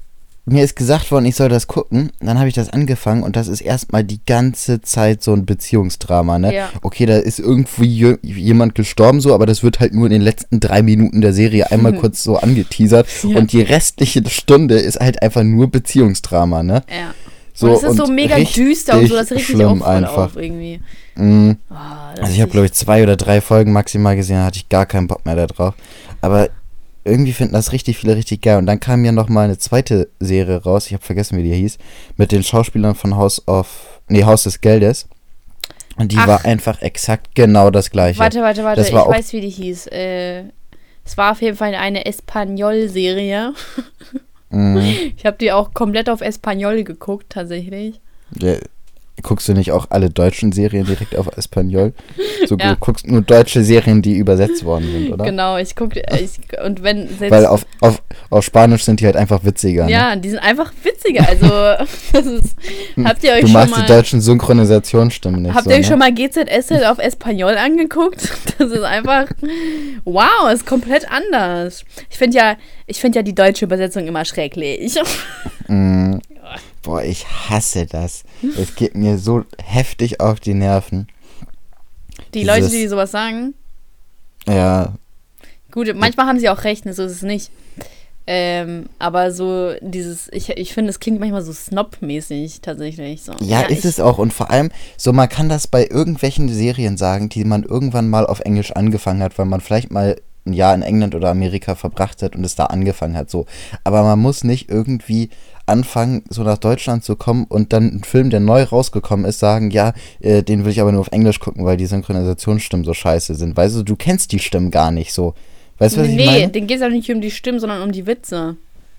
mir ist gesagt worden, ich soll das gucken. Dann habe ich das angefangen und das ist erstmal die ganze Zeit so ein Beziehungsdrama, ne? Ja. Okay, da ist irgendwie jemand gestorben so, aber das wird halt nur in den letzten drei Minuten der Serie einmal kurz so angeteasert. Ja. Und die restliche Stunde ist halt einfach nur Beziehungsdrama, ne? Ja. So, und es ist so mega düster und so, das ist richtig schlimm auch voll einfach. auf irgendwie. Mm. Oh, also ich habe, glaube ich, zwei oder drei Folgen maximal gesehen, da hatte ich gar keinen Bock mehr da drauf. Aber irgendwie finden das richtig viele richtig geil. Und dann kam ja noch mal eine zweite Serie raus, ich habe vergessen, wie die hieß, mit den Schauspielern von House of, nee, Haus des Geldes. Und die Ach. war einfach exakt genau das gleiche. Warte, warte, warte, das ich weiß, wie die hieß. Äh, es war auf jeden Fall eine Espanol-Serie. Mhm. Ich habe die auch komplett auf Espanol geguckt, tatsächlich. Ja. Guckst du nicht auch alle deutschen Serien direkt auf Espanol? So, ja. Du guckst nur deutsche Serien, die übersetzt worden sind, oder? Genau, ich gucke, ich, und wenn selbst Weil auf, auf, auf Spanisch sind die halt einfach witziger. Ja, ne? Die sind einfach witziger, also das ist, habt ihr euch du schon magst mal... die deutschen Synchronisationsstimmen nicht Habt so, ihr euch ne? schon mal G Z S Z auf Espanol angeguckt? Das ist einfach, wow, ist komplett anders. Ich finde ja, ich finde ja die deutsche Übersetzung immer schrecklich. Mm. Boah, ich hasse das. Es geht mir so heftig auf die Nerven. Die Dieses, Leute, die sowas sagen? Ja. Gut, manchmal haben sie auch recht, so ist es nicht. Ähm, aber so dieses, ich, ich finde, es klingt manchmal so snob-mäßig tatsächlich. So. Ja, ja, ist es auch. Und vor allem, so man kann das bei irgendwelchen Serien sagen, die man irgendwann mal auf Englisch angefangen hat, weil man vielleicht mal ein Jahr in England oder Amerika verbracht hat und es da angefangen hat. So. Aber man muss nicht irgendwie anfangen, so nach Deutschland zu kommen und dann einen Film, der neu rausgekommen ist, sagen, ja, äh, den will ich aber nur auf Englisch gucken, weil die Synchronisationsstimmen so scheiße sind. Weißt du, du kennst die Stimmen gar nicht so. Weißt du, was nee, ich meine? Nee, denen geht es auch nicht um die Stimmen, sondern um die Witze.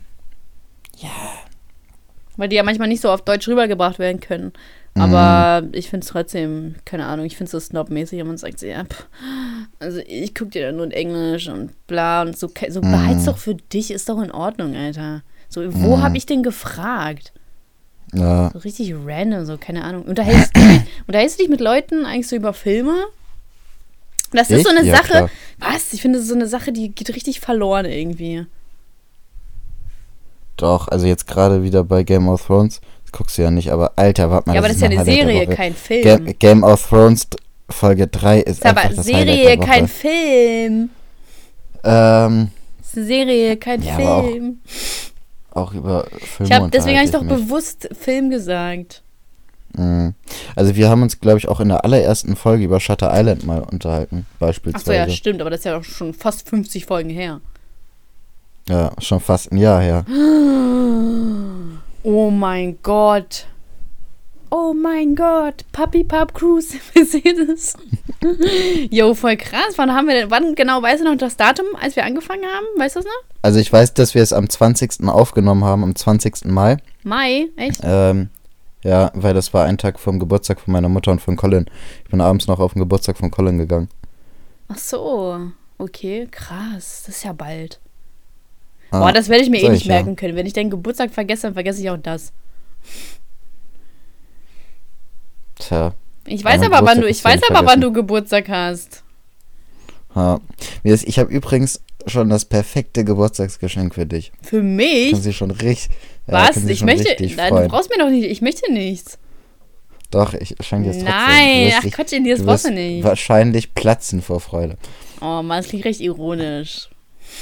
Ja. Weil die ja manchmal nicht so auf Deutsch rübergebracht werden können. Aber mm. ich finde es trotzdem, keine Ahnung, ich finde es so snobmäßig, wenn man sagt, ja, pff, also ich gucke dir da nur in Englisch und bla und so, so mm. behalt's doch für dich, ist doch in Ordnung, Alter. So, wo mm. habe ich denn gefragt? Ja. So richtig random, so, keine Ahnung. Unterhältst du dich, unterhältst du dich mit Leuten eigentlich so über Filme? Das ist ich? so eine ja, Sache, klar. was? Ich finde, das ist so eine Sache, die geht richtig verloren irgendwie. Doch, also jetzt gerade wieder bei Game of Thrones, das guckst du ja nicht, aber Alter, warte mal. Ja, aber das ist ja eine Serie, kein Film. Game, Game of Thrones Folge drei ist, ist einfach aber das Serie, Highlight der Woche. kein Film. Ähm. Das ist eine Serie, kein ja, Film. Auch, auch über Filme. Ich hab, deswegen habe ich doch mich. bewusst Film gesagt. Also wir haben uns, glaube ich, auch in der allerersten Folge über Shutter Island mal unterhalten, beispielsweise. Ach so, ja, stimmt, aber das ist ja auch schon fast fünfzig Folgen her. Ja, schon fast ein Jahr her. Oh mein Gott. Oh mein Gott. Papi Pap Cruise. Mercedes. Jo, voll krass. Wann haben wir denn, wann genau, weißt du noch das Datum, als wir angefangen haben? Weißt du das noch? Also ich weiß, dass wir es am zwanzigsten aufgenommen haben, am zwanzigsten Mai. Mai? Echt? Ähm, ja, weil das war ein Tag vom Geburtstag von meiner Mutter und von Colin. Ich bin abends noch auf den Geburtstag von Colin gegangen. Ach so. Okay, krass. Das ist ja bald. Ah, Boah, das werde ich mir eh nicht ich, merken ja. können. Wenn ich deinen Geburtstag vergesse, dann vergesse ich auch das. Tja. Ich weiß aber, wann du, ich weiß aber, wann du Geburtstag hast. Ja. Ich habe übrigens schon das perfekte Geburtstagsgeschenk für dich. Für mich? Kannst du schon richtig. Was? Ja, ich möchte. Nein, du brauchst mir doch nicht. Ich möchte nichts. Doch, ich schenke dir es trotzdem. Nein, ach Quatsch, in dir das brauchst du nicht. Wahrscheinlich platzen vor Freude. Oh Mann, das klingt recht ironisch.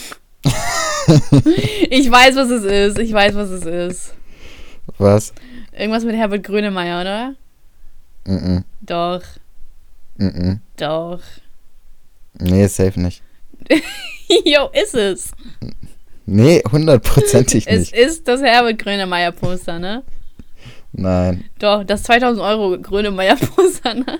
Ich weiß, was es ist. Ich weiß, was es ist. Was? Irgendwas mit Herbert Grönemeyer, oder? Mhm. Doch. Mhm. Doch. Nee, safe nicht. Jo, ist es. Nee, hundertprozentig nicht. Es ist das Herbert Grönemeyer-Poster, ne? Nein. Doch, das zweitausend Euro Grönemeyer-Poster, ne?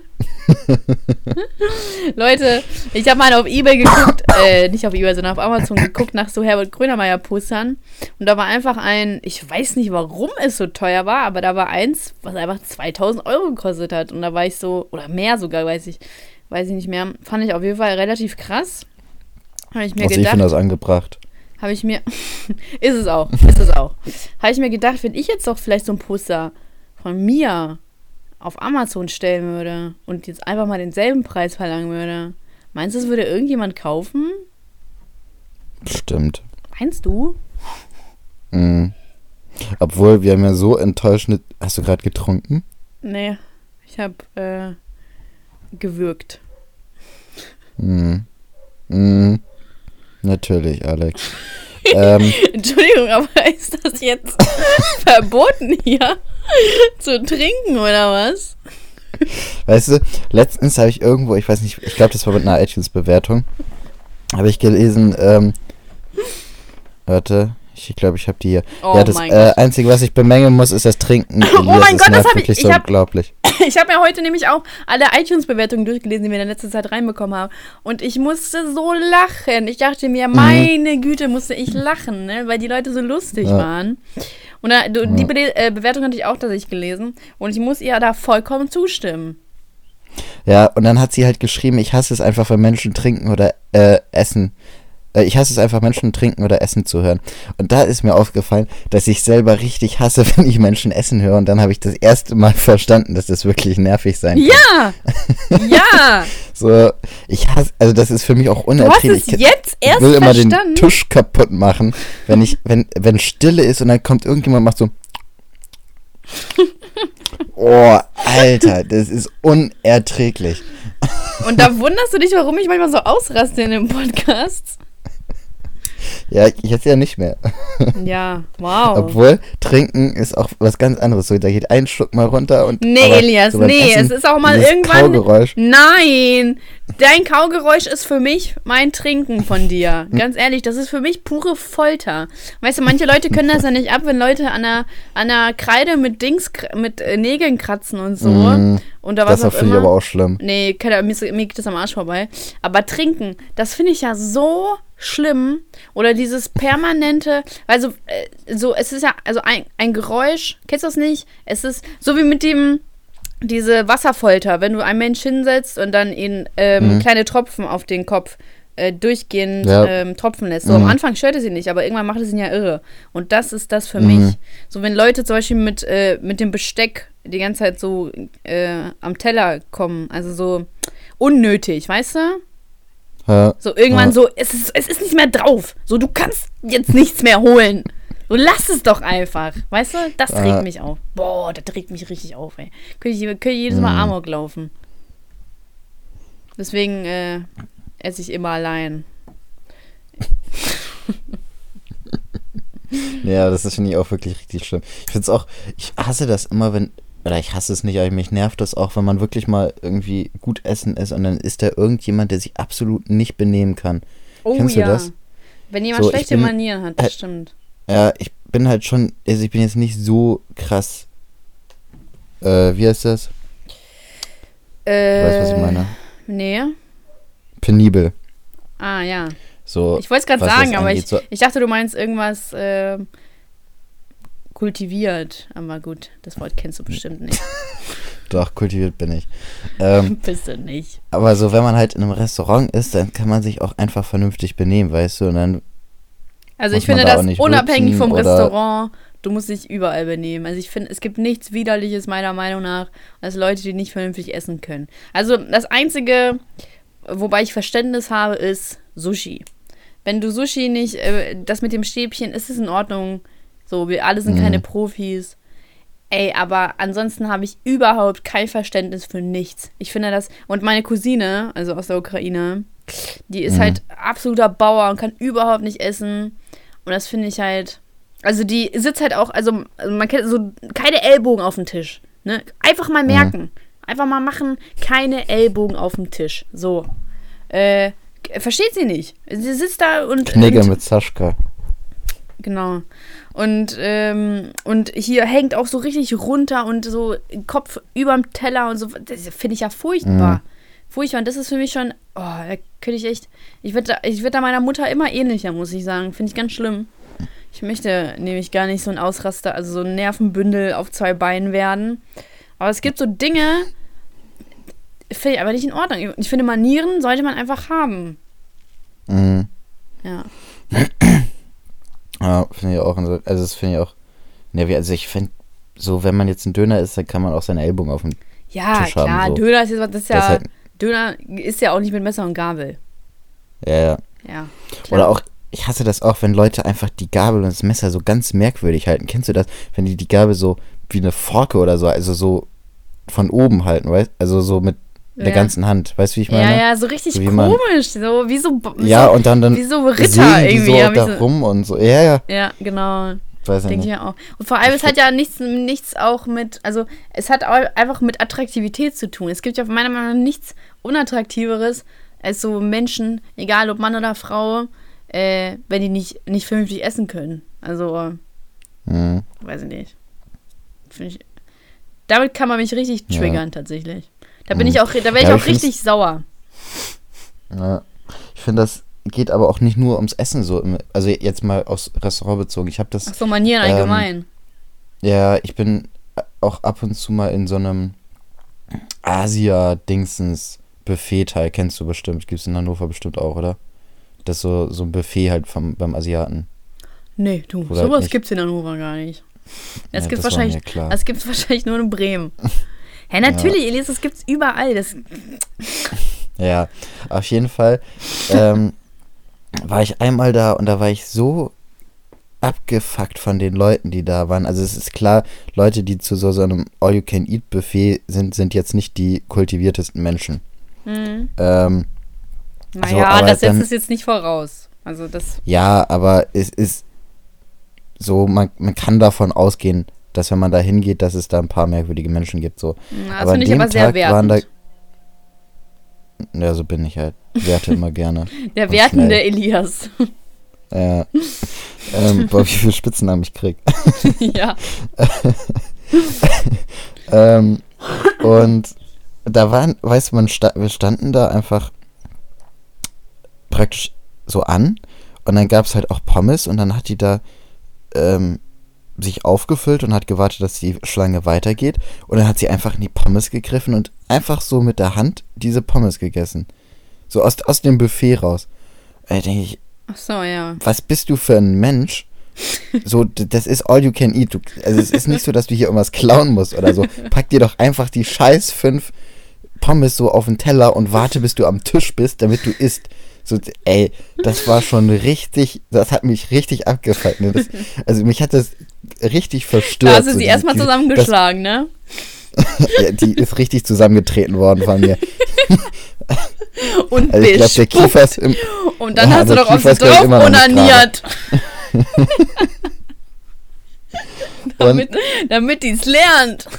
Leute, ich habe mal auf eBay geguckt, äh, nicht auf eBay, sondern auf Amazon geguckt nach so Herbert Grönemeyer-Postern. Und da war einfach ein, ich weiß nicht, warum es so teuer war, aber da war eins, was einfach zweitausend Euro gekostet hat. Und da war ich so, oder mehr sogar, weiß ich, weiß ich nicht mehr. Fand ich auf jeden Fall relativ krass. Habe ich mir also gedacht. Ich finde das angebracht. Habe ich mir, ist es auch, ist es auch. Habe ich mir gedacht, wenn ich jetzt doch vielleicht so ein Poster von mir auf Amazon stellen würde und jetzt einfach mal denselben Preis verlangen würde, meinst du, es würde irgendjemand kaufen? Stimmt. Meinst du? Mhm. Obwohl, wir haben ja so enttäuschend... Hast du gerade getrunken? Nee, ich habe äh, gewürgt. Mhm. Mhm. Natürlich, Alex. ähm, Entschuldigung, aber ist das jetzt verboten hier zu trinken oder was? Weißt du, letztens habe ich irgendwo, ich weiß nicht, ich glaube, das war mit einer iTunes-Bewertung, habe ich gelesen, ähm, warte, ich glaube, ich habe die hier. Oh ja, das mein äh, Gott. Einzige, was ich bemängeln muss, ist das Trinken. Oh Elias, mein Gott, das nervt hab ich- wirklich ich so hab- unglaublich. Ich habe ja heute nämlich auch alle iTunes-Bewertungen durchgelesen, die wir in der letzten Zeit reinbekommen haben. Und ich musste so lachen. Ich dachte mir, meine Güte, musste ich lachen, ne? Weil die Leute so lustig Ja. waren. Und da, du, die Be- äh, Bewertung hatte ich auch tatsächlich gelesen. Und ich muss ihr da vollkommen zustimmen. Ja, und dann hat sie halt geschrieben, ich hasse es einfach, wenn Menschen trinken oder äh, essen. Äh, ich hasse es einfach, Menschen trinken oder essen zu hören. Und da ist mir aufgefallen, dass ich selber richtig hasse, wenn ich Menschen essen höre. Und dann habe ich das erste Mal verstanden, dass das wirklich nervig sein kann. Ja! Ja! So, ich hasse, also das ist für mich auch Du hast unerträglich. es Ich- jetzt Ich erst will immer verstanden? den Tisch kaputt machen, wenn ich, wenn, wenn Stille ist und dann kommt irgendjemand und macht so. Oh, Alter, das ist unerträglich. Und da wunderst du dich, warum ich manchmal so ausraste in den Podcasts? Ja, jetzt ja nicht mehr. Ja, wow. Obwohl, trinken ist auch was ganz anderes. So, da geht ein Schluck mal runter und. Nee, aber Elias, so beim nee, Essen, es ist auch mal dieses irgendwann. Kaugeräusch. Nein! Dein Kaugeräusch ist für mich mein Trinken von dir. Ganz ehrlich, das ist für mich pure Folter. Weißt du, manche Leute können das ja nicht ab, wenn Leute an der, an der Kreide mit Dings, mit äh, Nägeln kratzen und so. Mm, und da was Das auch finde ich immer. aber auch schlimm. Nee, keine, mir, ist- mir geht das am Arsch vorbei. Aber trinken, das finde ich ja so schlimm. Oder dieses permanente, also äh, so, es ist ja, also ein, ein Geräusch, kennst du das nicht? Es ist so wie mit dem, diese Wasserfolter, wenn du einen Mensch hinsetzt und dann ihn ähm, Mhm. kleine Tropfen auf den Kopf äh, durchgehend Ja. ähm, tropfen lässt. So Mhm. am Anfang stört es ihn nicht, aber irgendwann macht es ihn ja irre. Und das ist das für Mhm. mich. So wenn Leute zum Beispiel mit, äh, mit dem Besteck die ganze Zeit so äh, am Teller kommen, also so unnötig, weißt du? Ja, So irgendwann ja. so, es ist, es ist nicht mehr drauf. So, du kannst jetzt nichts mehr holen. So, lass es doch einfach. Weißt du, das regt Ja. mich auf. Boah, das regt mich richtig auf, ey. Könnte ich, könnte ich jedes Mal Mhm. Amok laufen. Deswegen äh, esse ich immer allein. Ja, das ist, finde ich auch wirklich richtig schlimm. Ich finde es auch, ich hasse das immer, wenn, oder ich hasse es nicht, aber mich nervt das auch, wenn man wirklich mal irgendwie gut essen ist und dann ist da irgendjemand, der sich absolut nicht benehmen kann. Oh Kennst ja. du das? Wenn jemand So, ich schlechte bin- Manieren hat, das äh, stimmt. Ja, ich bin halt schon, also ich bin jetzt nicht so krass, äh, wie heißt das? Du Äh, weißt, was ich meine? Nee. Penibel. Ah, ja. So, Ich wollte es gerade was sagen, das aber angeht, ich, so- ich dachte, du meinst irgendwas äh, kultiviert. Aber gut, das Wort kennst du bestimmt nicht. Doch, kultiviert bin ich. Ähm, Bist du nicht. aber so, wenn man halt in einem Restaurant ist, dann kann man sich auch einfach vernünftig benehmen, weißt du? Und dann, Also Muss ich finde man da auch das nicht unabhängig rülpsen vom oder- Restaurant, du musst dich überall benehmen. Also ich finde, es gibt nichts Widerliches meiner Meinung nach, als Leute, die nicht vernünftig essen können. Also das Einzige, wobei ich Verständnis habe, ist Sushi. Wenn du Sushi nicht, äh, das mit dem Stäbchen, ist es in Ordnung. So, wir alle sind Mhm. keine Profis. Ey, aber ansonsten habe ich überhaupt kein Verständnis für nichts. Ich finde das, und meine Cousine, also aus der Ukraine, die ist Mhm. halt absoluter Bauer und kann überhaupt nicht essen. Und das finde ich halt, also die sitzt halt auch, also also man kennt so keine Ellbogen auf dem Tisch. Ne? Einfach mal merken. Einfach mal machen, keine Ellbogen auf dem Tisch. So. Äh, versteht sie nicht. Sie sitzt da und. Knigge und mit Saschka. Genau. Und, ähm, und hier hängt auch so richtig runter und so Kopf überm Teller und so. Das finde ich ja furchtbar. Mhm. Furchtbar. Und das ist für mich schon, oh, da könnte ich echt, ich würde da, ich würd da meiner Mutter immer ähnlicher, muss ich sagen. Finde ich ganz schlimm. Ich möchte nämlich gar nicht so ein Ausraster, also so ein Nervenbündel auf zwei Beinen werden. Aber es gibt so Dinge, finde ich aber nicht in Ordnung. Ich finde, Manieren sollte man einfach haben. Mhm. Ja. Ja, finde ich auch. Also das finde ich auch. Ne, wie, also ich finde, so wenn man jetzt ein Döner isst, dann kann man auch seine Ellbogen auf dem Ja, Tisch klar, haben, so. Döner ist jetzt was, das ist ja, Das ist halt- Döner ist ja auch nicht mit Messer und Gabel. Ja, ja. Ja. Klar. Oder auch, ich ich hasse das auch, wenn Leute einfach die Gabel und das Messer so ganz merkwürdig halten. Kennst du das? Wenn die die Gabel so wie eine Forke oder so, also so von oben halten, weißt? Also so mit ja. der ganzen Hand. Weißt du, wie ich meine? Ja, ja, so richtig so komisch. Man, so wie so, ja, so, und dann, dann wie so Ritter irgendwie. So da so, rum und so. Ja, ja. Ja, genau. Weiß Denke ich ja auch. Und vor allem, ich es hat ja nichts, nichts auch mit, also es hat auch einfach mit Attraktivität zu tun. Es gibt ja meiner Meinung nach nichts Unattraktiveres als so Menschen, egal ob Mann oder Frau, äh, wenn die nicht, nicht vernünftig essen können. Also, mhm. weiß ich nicht. Finde ich, damit kann man mich richtig triggern, ja. tatsächlich. Da bin mhm. ich auch, da wäre ich ja, auch ich richtig sauer. Ja, ich finde, das geht aber auch nicht nur ums Essen so. Also jetzt mal aufs Restaurant bezogen. Ich habe das. Ach so, Manieren ähm, allgemein. Ja, ich bin auch ab und zu mal in so einem Asia-Dingsens-Buffet-Teil. Kennst du bestimmt. Gibt es in Hannover bestimmt auch, oder? Das ist so, so ein Buffet halt vom, beim Asiaten. Nee, du, oder sowas halt gibt's in Hannover gar nicht. Das ja, gibt's das wahrscheinlich, das gibt's wahrscheinlich nur in Bremen. Hä, natürlich, ja. Elias, das gibt's überall. Das ja, auf jeden Fall ähm, war ich einmal da und da war ich so abgefuckt von den Leuten, die da waren. Also es ist klar, Leute, die zu so, so einem All-You-Can-Eat-Buffet sind, sind jetzt nicht die kultiviertesten Menschen. Mhm. Ähm, naja, so, das setzt es jetzt nicht voraus. Also das. Ja, aber es ist so, man, man kann davon ausgehen, dass wenn man da hingeht, dass es da ein paar merkwürdige Menschen gibt. So. Na, das finde ich aber sehr wertend. Da, ja, so bin ich halt. Werte immer gerne. Der wertende Elias. Ja. ähm, boah, wie viele Spitznamen ich krieg. Ja. ähm, und da waren, weißt du, man sta- wir standen da einfach praktisch so an und dann gab es halt auch Pommes und dann hat die da ähm, sich aufgefüllt und hat gewartet, dass die Schlange weitergeht und dann hat sie einfach in die Pommes gegriffen und einfach so mit der Hand diese Pommes gegessen. So aus, aus dem Buffet raus. Da denke ich, ach so, ja. Was bist du für ein Mensch? So, das ist all you can eat. Du, also es ist nicht so, dass du hier irgendwas klauen musst oder so. Pack dir doch einfach die scheiß fünf Pommes so auf den Teller und warte, bis du am Tisch bist, damit du isst. So, ey, das war schon richtig, das hat mich richtig abgefuckt. Ne? Das, also mich hat das richtig verstört. Da hast du so sie erstmal zusammengeschlagen, das, ne? Ja, die ist richtig zusammengetreten worden von mir. Und also ich glaub, der Kiefer ist im, und dann ja, hast du doch auf sie drauf onaniert. damit damit die es lernt.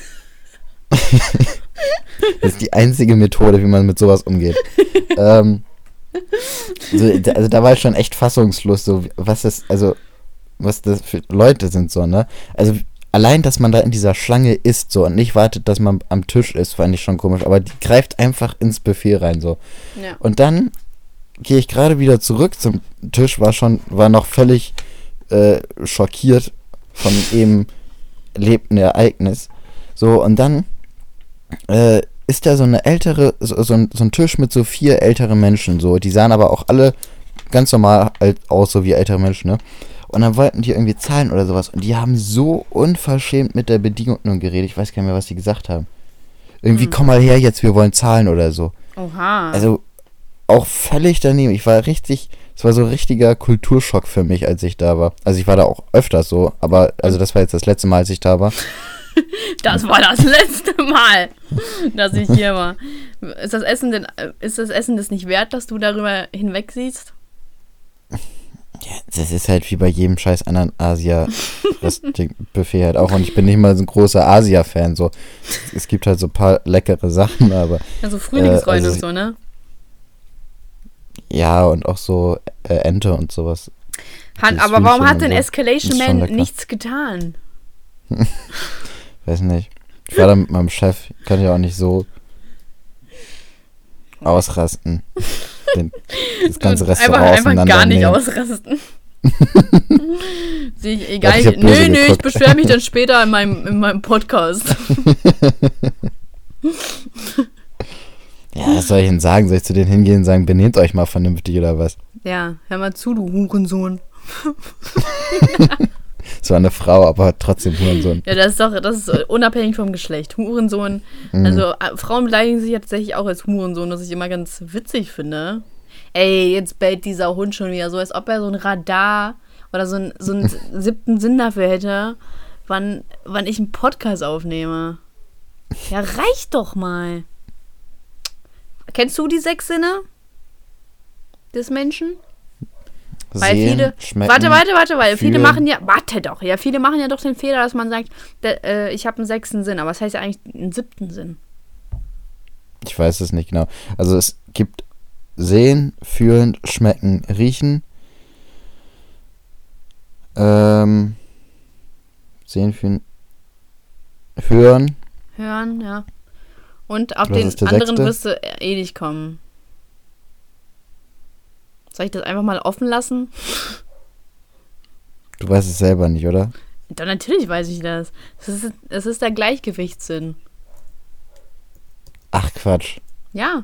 Das ist die einzige Methode, wie man mit sowas umgeht. ähm, so, also da war ich schon echt fassungslos, so was das, also was das für Leute sind so, ne? Also allein, dass man da in dieser Schlange isst so und nicht wartet, dass man am Tisch ist, fand ich schon komisch. Aber die greift einfach ins Buffet rein so. Ja. Und dann gehe ich gerade wieder zurück zum Tisch, war schon, war noch völlig äh, schockiert von eben erlebten Ereignis. So, und dann äh, ist da so eine ältere, so, so, ein, so ein Tisch mit so vier älteren Menschen, so. Die sahen aber auch alle ganz normal alt aus, so wie ältere Menschen, ne? Und dann wollten die irgendwie zahlen oder sowas. Und die haben so unverschämt mit der Bedienung geredet. Ich weiß gar nicht mehr, was die gesagt haben. Irgendwie, hm. komm mal her jetzt, wir wollen zahlen oder so. Oha. Also auch völlig daneben. Ich war richtig, es war so ein richtiger Kulturschock für mich, als ich da war. Also ich war da auch öfters so, aber also das war jetzt das letzte Mal, als ich da war. Das war das letzte Mal, dass ich hier war. Ist das Essen denn, ist das Essen das nicht wert, dass du darüber hinweg siehst? Ja, das ist halt wie bei jedem scheiß anderen Asia-Buffet halt auch. Und ich bin nicht mal so ein großer Asia-Fan. So. Es gibt halt so ein paar leckere Sachen, aber... Also Frühlingsrollen äh, also, und so, ne? Ja, und auch so äh, Ente und sowas. Hat, aber warum hat denn so. Escalation Man nichts getan? Weiß nicht. Ich war da mit meinem Chef. Ich kann ja auch nicht so ausrasten. Den, das ganze du, Restaurant einfach, einfach gar nicht nehmen. Ausrasten. Sehe ich, egal. Ich nö, nö, ich beschwere mich dann später in meinem, in meinem Podcast. Ja, was soll ich denn sagen? Soll ich zu denen hingehen und sagen, benehmt euch mal vernünftig oder was? Ja, hör mal zu, du Hurensohn. Es war eine Frau, aber trotzdem Hurensohn. Ja, das ist doch, das ist unabhängig vom Geschlecht. Hurensohn, mhm. Also Frauen beleidigen sich ja tatsächlich auch als Hurensohn, was ich immer ganz witzig finde. Ey, jetzt bellt dieser Hund schon wieder so, als ob er so ein Radar oder so, ein, so einen siebten Sinn dafür hätte, wann, wann ich einen Podcast aufnehme. Ja, reicht doch mal. Kennst du die sechs Sinne des Menschen? Weil Sehen, viele, schmecken, warte, warte, warte, weil fühlen. viele machen ja, warte doch, ja, viele machen ja doch den Fehler, dass man sagt, der, äh, ich habe einen sechsten Sinn, aber es heißt ja eigentlich einen siebten Sinn. Ich weiß es nicht genau. Also es gibt Sehen, Fühlen, Schmecken, Riechen. Ähm, Sehen, Fühlen, Hören. Hören, ja. Und auf Was den ist der anderen sechste? wirst du eh nicht kommen. Soll ich das einfach mal offen lassen? Du weißt es selber nicht, oder? Doch, natürlich weiß ich das. Das ist, das ist der Gleichgewichtssinn. Ach, Quatsch. Ja,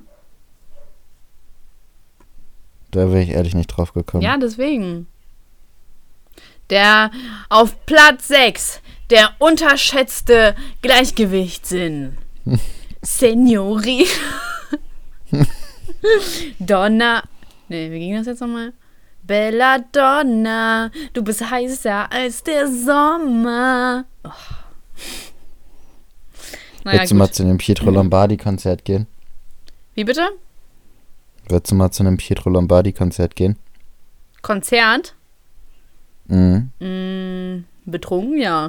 Da wäre ich ehrlich nicht drauf gekommen. ja, deswegen. Der auf Platz sechs, der unterschätzte Gleichgewichtssinn. Seniori. Donna. Nee, wie ging das jetzt nochmal? Belladonna, du bist heißer als der Sommer. Oh. Naja, Würdest du mal zu einem Pietro Lombardi-Konzert gehen? Wie bitte? Würdest du mal zu einem Pietro Lombardi-Konzert gehen? Konzert? Mhm. Mm, betrunken, ja.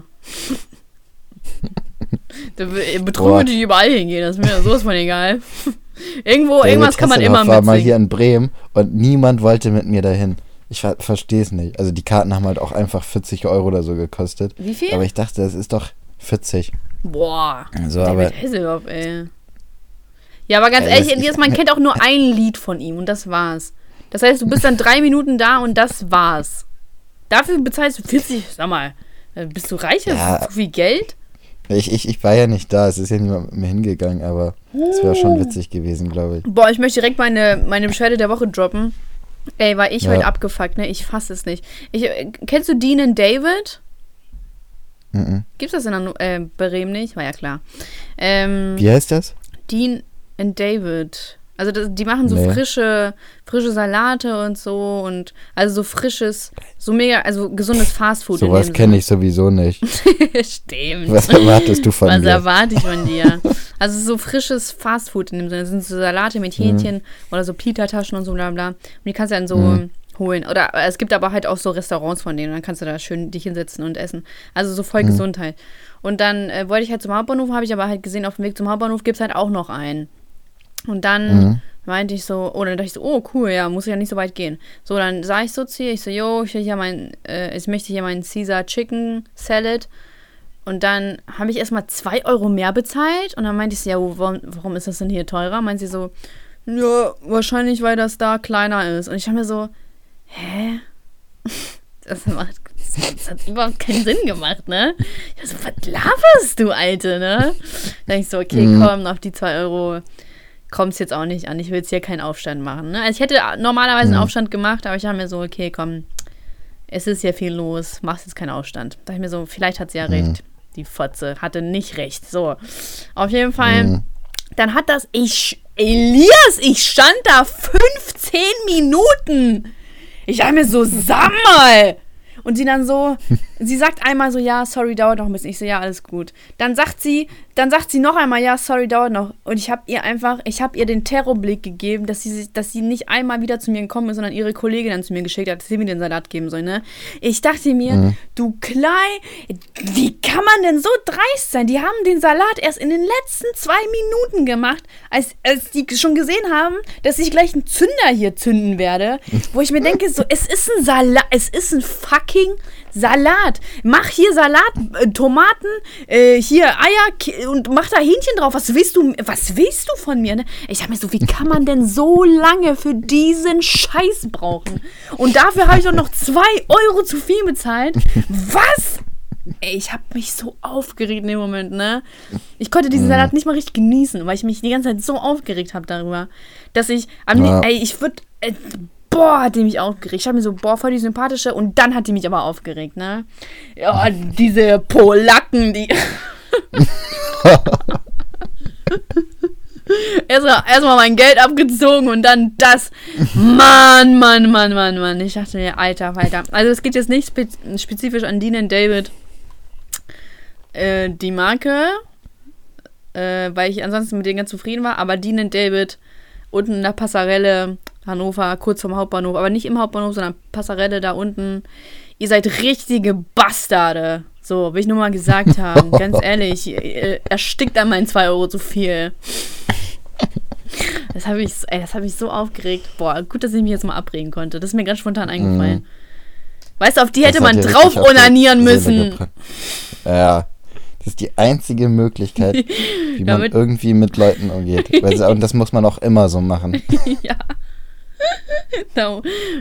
Da- Betrunken Boah. würde ich überall hingehen, das ist mir sowas von egal. Irgendwo, David irgendwas kann man Hasselhoff immer war mal mitsingen. hier in Bremen und niemand wollte mit mir dahin. Ich ver verstehe es nicht. Also die Karten haben halt auch einfach vierzig Euro oder so gekostet. Wie viel? Aber ich dachte, das ist doch vierzig. Boah, So, aber David Hasselhoff, ey. Ja, aber ganz Ey, ehrlich, das- Elias, man kennt auch nur ein Lied von ihm und das war's. Das heißt, du bist dann drei Minuten da und das war's. Dafür bezahlst du vierzig, sag mal, äh, bist du reich? Hast Ja. du zu viel Geld? ich, ich, ich war ja nicht da. Es ist ja niemand mit mir hingegangen, aber es wäre schon witzig gewesen, glaube ich. Boah, ich möchte direkt meine, meine Beschwerde der Woche droppen. Ey, war ich Ja. heute abgefuckt, ne? Ich fass es nicht. Ich, äh, kennst du Dean and David? Mhm. Gibt's das in der Nu- äh, Bremen nicht? War ja klar. Ähm, Wie heißt das? Dean and David. Also das, die machen so Nee. frische, frische Salate und so und also so frisches, so mega, also gesundes Fastfood. in Sowas dem kenne ich sowieso nicht. Sinne. Stimmt. Was erwartest du von Was mir? erwarte ich von dir? Also so frisches Fastfood in dem Sinne. Das sind so Salate mit Hähnchen oder so Pita-Taschen und so bla bla. Und die kannst du dann so Mhm. holen. Oder es gibt aber halt auch so Restaurants von denen. Und dann kannst du da schön dich hinsetzen und essen. Also so voll Mhm. Gesundheit. Und dann äh, wollte ich halt zum Hauptbahnhof, habe ich aber halt gesehen, auf dem Weg zum Hauptbahnhof gibt es halt auch noch einen. Und dann Mhm. meinte ich so, oh, dann dachte ich so, oh cool, ja, muss ja nicht so weit gehen. So, dann sah ich so zu ihr, ich so, yo, ich will hier mein, äh, ich möchte hier meinen Caesar Chicken Salad. Und dann habe ich erstmal zwei Euro mehr bezahlt. Und dann meinte ich so, ja, warum, warum ist das denn hier teurer? Meint sie so, ja, wahrscheinlich, weil das da kleiner ist. Und ich habe mir so, hä? Das macht, das hat überhaupt keinen Sinn gemacht, ne? Ich war so, was laberst du, Alte, ne? Dann dachte ich so, okay, Mhm. komm, auf die zwei Euro kommt es jetzt auch nicht an. Ich will jetzt hier keinen Aufstand machen, ne? Also ich hätte normalerweise einen Mhm. Aufstand gemacht, aber ich habe mir so, okay, komm, es ist ja viel los, machst jetzt keinen Aufstand. Da dachte ich mir so, vielleicht hat sie ja recht. Die Fotze hatte nicht recht. So, auf jeden Fall, Mhm. dann hat das, ich, Elias, ich stand da fünfzehn Minuten. Ich dachte mir so, sag mal. Und sie dann so, sie sagt einmal so, ja, sorry, dauert noch ein bisschen. Ich so, ja, alles gut. Dann sagt sie, dann sagt sie noch einmal, ja, sorry, dauert noch. Und ich habe ihr einfach, ich habe ihr den Terrorblick gegeben, dass sie, sich- dass sie nicht einmal wieder zu mir gekommen ist, sondern ihre Kollegin dann zu mir geschickt hat, dass sie mir den Salat geben soll, ne? Ich dachte mir, Mhm. du Klein, wie kann man denn so dreist sein? Die haben den Salat erst in den letzten zwei Minuten gemacht, als, als die schon gesehen haben, dass ich gleich einen Zünder hier zünden werde, wo ich mir denke, so, es ist ein Salat, es ist ein fucking Salat. Mach hier Salat, äh, Tomaten, äh, hier Eier Ki- und mach da Hähnchen drauf. Was willst du, was willst du von mir? Ne? Ich sag mir so, wie kann man denn so lange für diesen Scheiß brauchen? Und dafür habe ich doch noch zwei Euro zu viel bezahlt. Was? Ey, ich habe mich so aufgeregt in dem Moment, ne? Ich konnte diesen Salat nicht mal richtig genießen, weil ich mich die ganze Zeit so aufgeregt habe darüber, dass ich, am Ja. ey, ich würde, äh, boah, hat die mich aufgeregt. Ich habe mir so, boah, voll die sympathische und dann hat die mich aber aufgeregt, ne? Ja, diese Polacken, die... Erstmal erst mein Geld abgezogen und dann das. Mann, Mann, Mann, Mann, Mann. Ich dachte mir, Alter, weiter. Also es geht jetzt nicht spe- spezifisch an Dean and David, äh, die Marke, äh, weil ich ansonsten mit denen ganz zufrieden war, aber Dean and David unten in der Passarelle, Hannover, kurz vom Hauptbahnhof, aber nicht im Hauptbahnhof, sondern Passarelle da unten. Ihr seid richtige Bastarde. So, will ich nur mal gesagt haben. Ganz ehrlich, ihr erstickt an meinen zwei Euro zu viel. Das habe ich, ey, das hab ich so aufgeregt. Boah, gut, dass ich mich jetzt mal abregen konnte. Das ist mir ganz spontan eingefallen. Mhm. Weißt du, auf die das hätte man drauf onanieren müssen. Ja, das ist die einzige Möglichkeit, wie man irgendwie mit Leuten umgeht. Und das muss man auch immer so machen. Ja. No.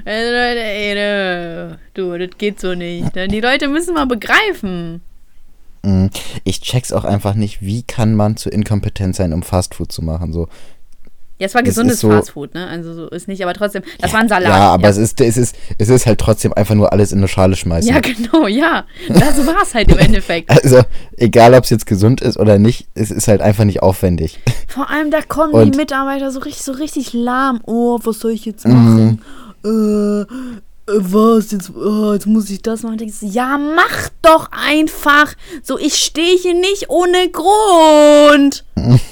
Du, das geht so nicht. Die Leute müssen mal begreifen. Ich check's auch einfach nicht, wie kann man zu inkompetent sein, um Fastfood zu machen. So. Ja, es war gesundes so, Fastfood, ne? Also so ist nicht, aber trotzdem, das war ein Salat. Ja, aber ja. Es, ist, es, ist, es ist halt trotzdem einfach nur alles in eine Schale schmeißen. Ja, genau, ja. Das war es halt im Endeffekt. Also, egal ob es jetzt gesund ist oder nicht, es ist halt einfach nicht aufwendig. Vor allem, da kommen Und die Mitarbeiter so richtig, so richtig lahm. Oh, was soll ich jetzt machen? Mhm. Äh, was, jetzt, oh, jetzt muss ich das machen. Denkst du, ja, mach doch einfach. So, ich stehe hier nicht ohne Grund.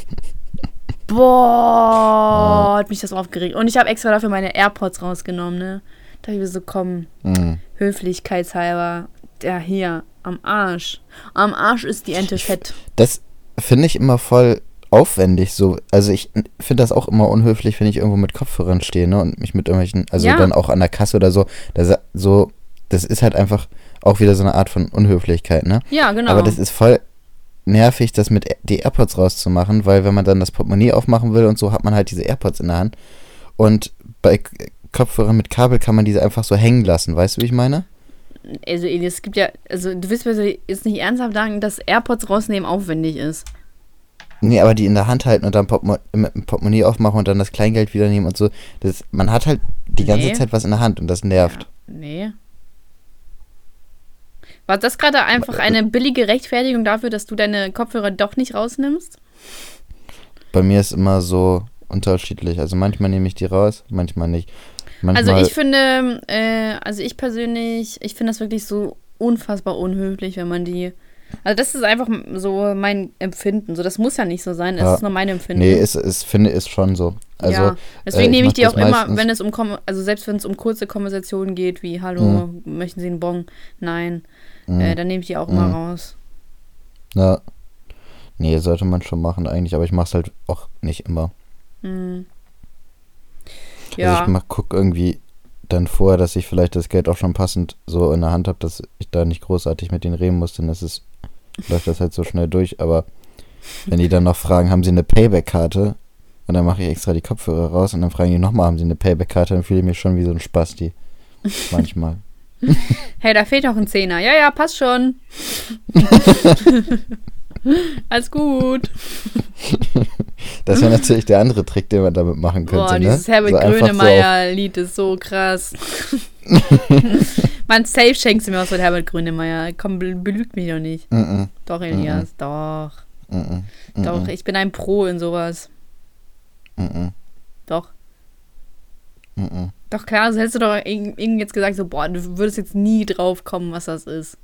Boah, hat mich das aufgeregt. Und ich habe extra dafür meine AirPods rausgenommen, ne? Da habe ich mir so, komm, mhm. höflichkeitshalber, der hier, am Arsch. Am Arsch ist die Ente fett. Das finde ich immer voll aufwendig, so. Also ich finde das auch immer unhöflich, wenn ich irgendwo mit Kopfhörern stehe, ne? Und mich mit irgendwelchen, also ja. dann auch an der Kasse oder so. Das, so, das ist halt einfach auch wieder so eine Art von Unhöflichkeit, ne? Ja, genau. Aber das ist voll nervig, das mit die AirPods rauszumachen, weil wenn man dann das Portemonnaie aufmachen will und so, hat man halt diese AirPods in der Hand und bei Kopfhörern mit Kabel kann man diese einfach so hängen lassen, weißt du, wie ich meine? Also es gibt ja, also du willst mir jetzt nicht ernsthaft sagen, dass AirPods rausnehmen aufwendig ist. Nee, aber die in der Hand halten und dann Portemo- mit dem Portemonnaie aufmachen und dann das Kleingeld wieder nehmen und so, das, man hat halt die ganze nee. Zeit was in der Hand und das nervt. Ja, nee. War das gerade einfach eine billige Rechtfertigung dafür, dass du deine Kopfhörer doch nicht rausnimmst? Bei mir ist immer so unterschiedlich. Also manchmal nehme ich die raus, manchmal nicht. Manchmal also ich finde, äh, also ich persönlich, ich finde das wirklich so unfassbar unhöflich, wenn man die, also das ist einfach so mein Empfinden. So, das muss ja nicht so sein, es ja. ist nur mein Empfinden. Nee, es ist, finde ich, schon so. Also, ja, deswegen äh, nehme ich die auch immer, wenn es um, also selbst wenn es um kurze Konversationen geht, wie, hallo, mhm. möchten Sie einen Bon? Nein. Mhm. Äh, dann nehme ich die auch mhm. mal raus. Ja. Nee, sollte man schon machen eigentlich, aber ich mache es halt auch nicht immer. Mhm. Ja. Also ich mach, guck irgendwie dann vorher, dass ich vielleicht das Geld auch schon passend so in der Hand habe, dass ich da nicht großartig mit denen reden muss, dann ist es, läuft das halt so schnell durch, aber wenn die dann noch fragen, haben sie eine Payback-Karte? Und dann mache ich extra die Kopfhörer raus und dann fragen die nochmal, haben sie eine Payback-Karte? Dann fühle ich mich schon wie so ein Spasti. Manchmal. Hey, da fehlt noch ein Zehner. Ja, ja, passt schon. Alles gut. Das wäre natürlich der andere Trick, den man damit machen könnte. Boah, dieses ne? Herbert so Grönemeyer-Lied ist so krass. Man, safe schenkst du mir was von Herbert Grönemeyer. Komm, belügt mich doch nicht. Mm-mm. Doch, Elias, Mm-mm. doch. Mm-mm. Doch, ich bin ein Pro in sowas. Mm-mm. Doch. Mm-mm. Doch, klar, also hättest du doch irgendwie jetzt gesagt, so, boah, du würdest jetzt nie drauf kommen, was das ist.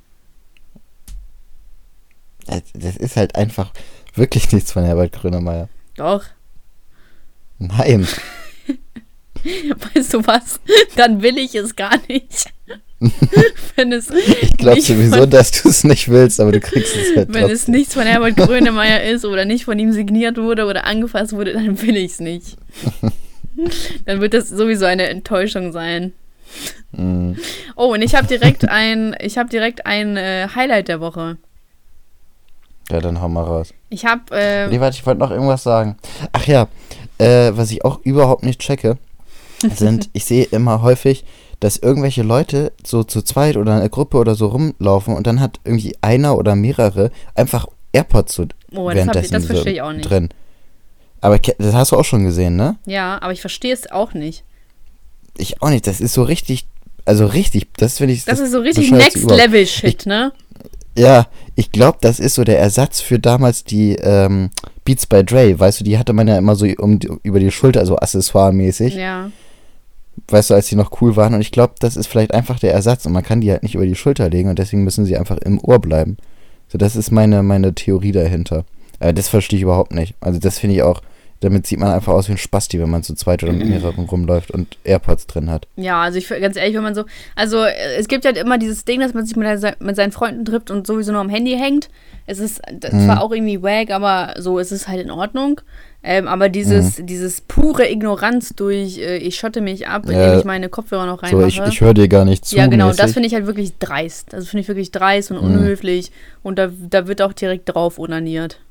Das ist halt einfach wirklich nichts von Herbert Grönemeyer. Doch. Nein. Weißt du was? Dann will ich es gar nicht. Wenn es ich glaube sowieso, von, dass du es nicht willst, aber du kriegst es halt Wenn trotzdem. es nichts von Herbert Grönemeyer ist oder nicht von ihm signiert wurde oder angefasst wurde, dann will ich es nicht. Dann wird das sowieso eine Enttäuschung sein. Mm. Oh, und ich habe direkt ein, ich habe direkt ein äh, Highlight der Woche. Ja, dann hau mal raus. Ich habe, äh... Nee, warte, ich wollte noch irgendwas sagen. Ach ja, äh, was ich auch überhaupt nicht checke, sind, ich sehe immer häufig, dass irgendwelche Leute so zu zweit oder in einer Gruppe oder so rumlaufen und dann hat irgendwie einer oder mehrere einfach AirPods so oh, das, hab ich, das verstehe ich auch nicht. Drin. Aber das hast du auch schon gesehen, ne? Ja, aber ich verstehe es auch nicht. Ich auch nicht, das ist so richtig, also richtig, das finde ich... Das, das ist so richtig Next-Level-Shit, ne? Ja, ich glaube, das ist so der Ersatz für damals die ähm, Beats by Dre, weißt du, die hatte man ja immer so um die, über die Schulter, so Accessoire-mäßig. Ja. Weißt du, als die noch cool waren. Und ich glaube, das ist vielleicht einfach der Ersatz und man kann die halt nicht über die Schulter legen und deswegen müssen sie einfach im Ohr bleiben. So, das ist meine, meine Theorie dahinter. Äh, das verstehe ich überhaupt nicht. Also das finde ich auch, damit sieht man einfach aus wie ein Spasti, wenn man zu zweit oder mit mehreren rumläuft und AirPods drin hat. Ja, also ich ganz ehrlich, wenn man so, also es gibt halt immer dieses Ding, dass man sich mit, mit seinen Freunden trifft und sowieso nur am Handy hängt. Es ist das mhm. zwar auch irgendwie wack, aber so ist es halt in Ordnung. Ähm, aber dieses, mhm. dieses pure Ignoranz durch, äh, ich schotte mich ab, indem ja, ich meine Kopfhörer noch reinmache. So, ich, ich höre dir gar nicht zu. Ja, genau, mäßig. Das finde ich halt wirklich dreist. Das finde ich wirklich dreist und unhöflich. Mhm. Und da, da wird auch direkt drauf onaniert.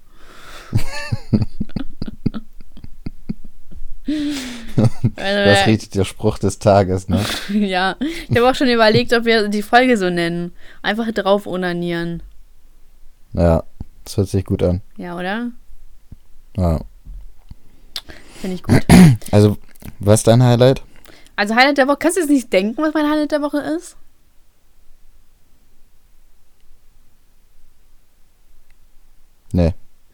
Das ist richtig der Spruch des Tages, ne? Ja, ich habe auch schon überlegt, ob wir die Folge so nennen. Einfach drauf onanieren. Ja, das hört sich gut an. Ja, oder? Ja. Finde ich gut. Also, was ist dein Highlight? Also Highlight der Woche, kannst du jetzt nicht denken, was mein Highlight der Woche ist? Nee.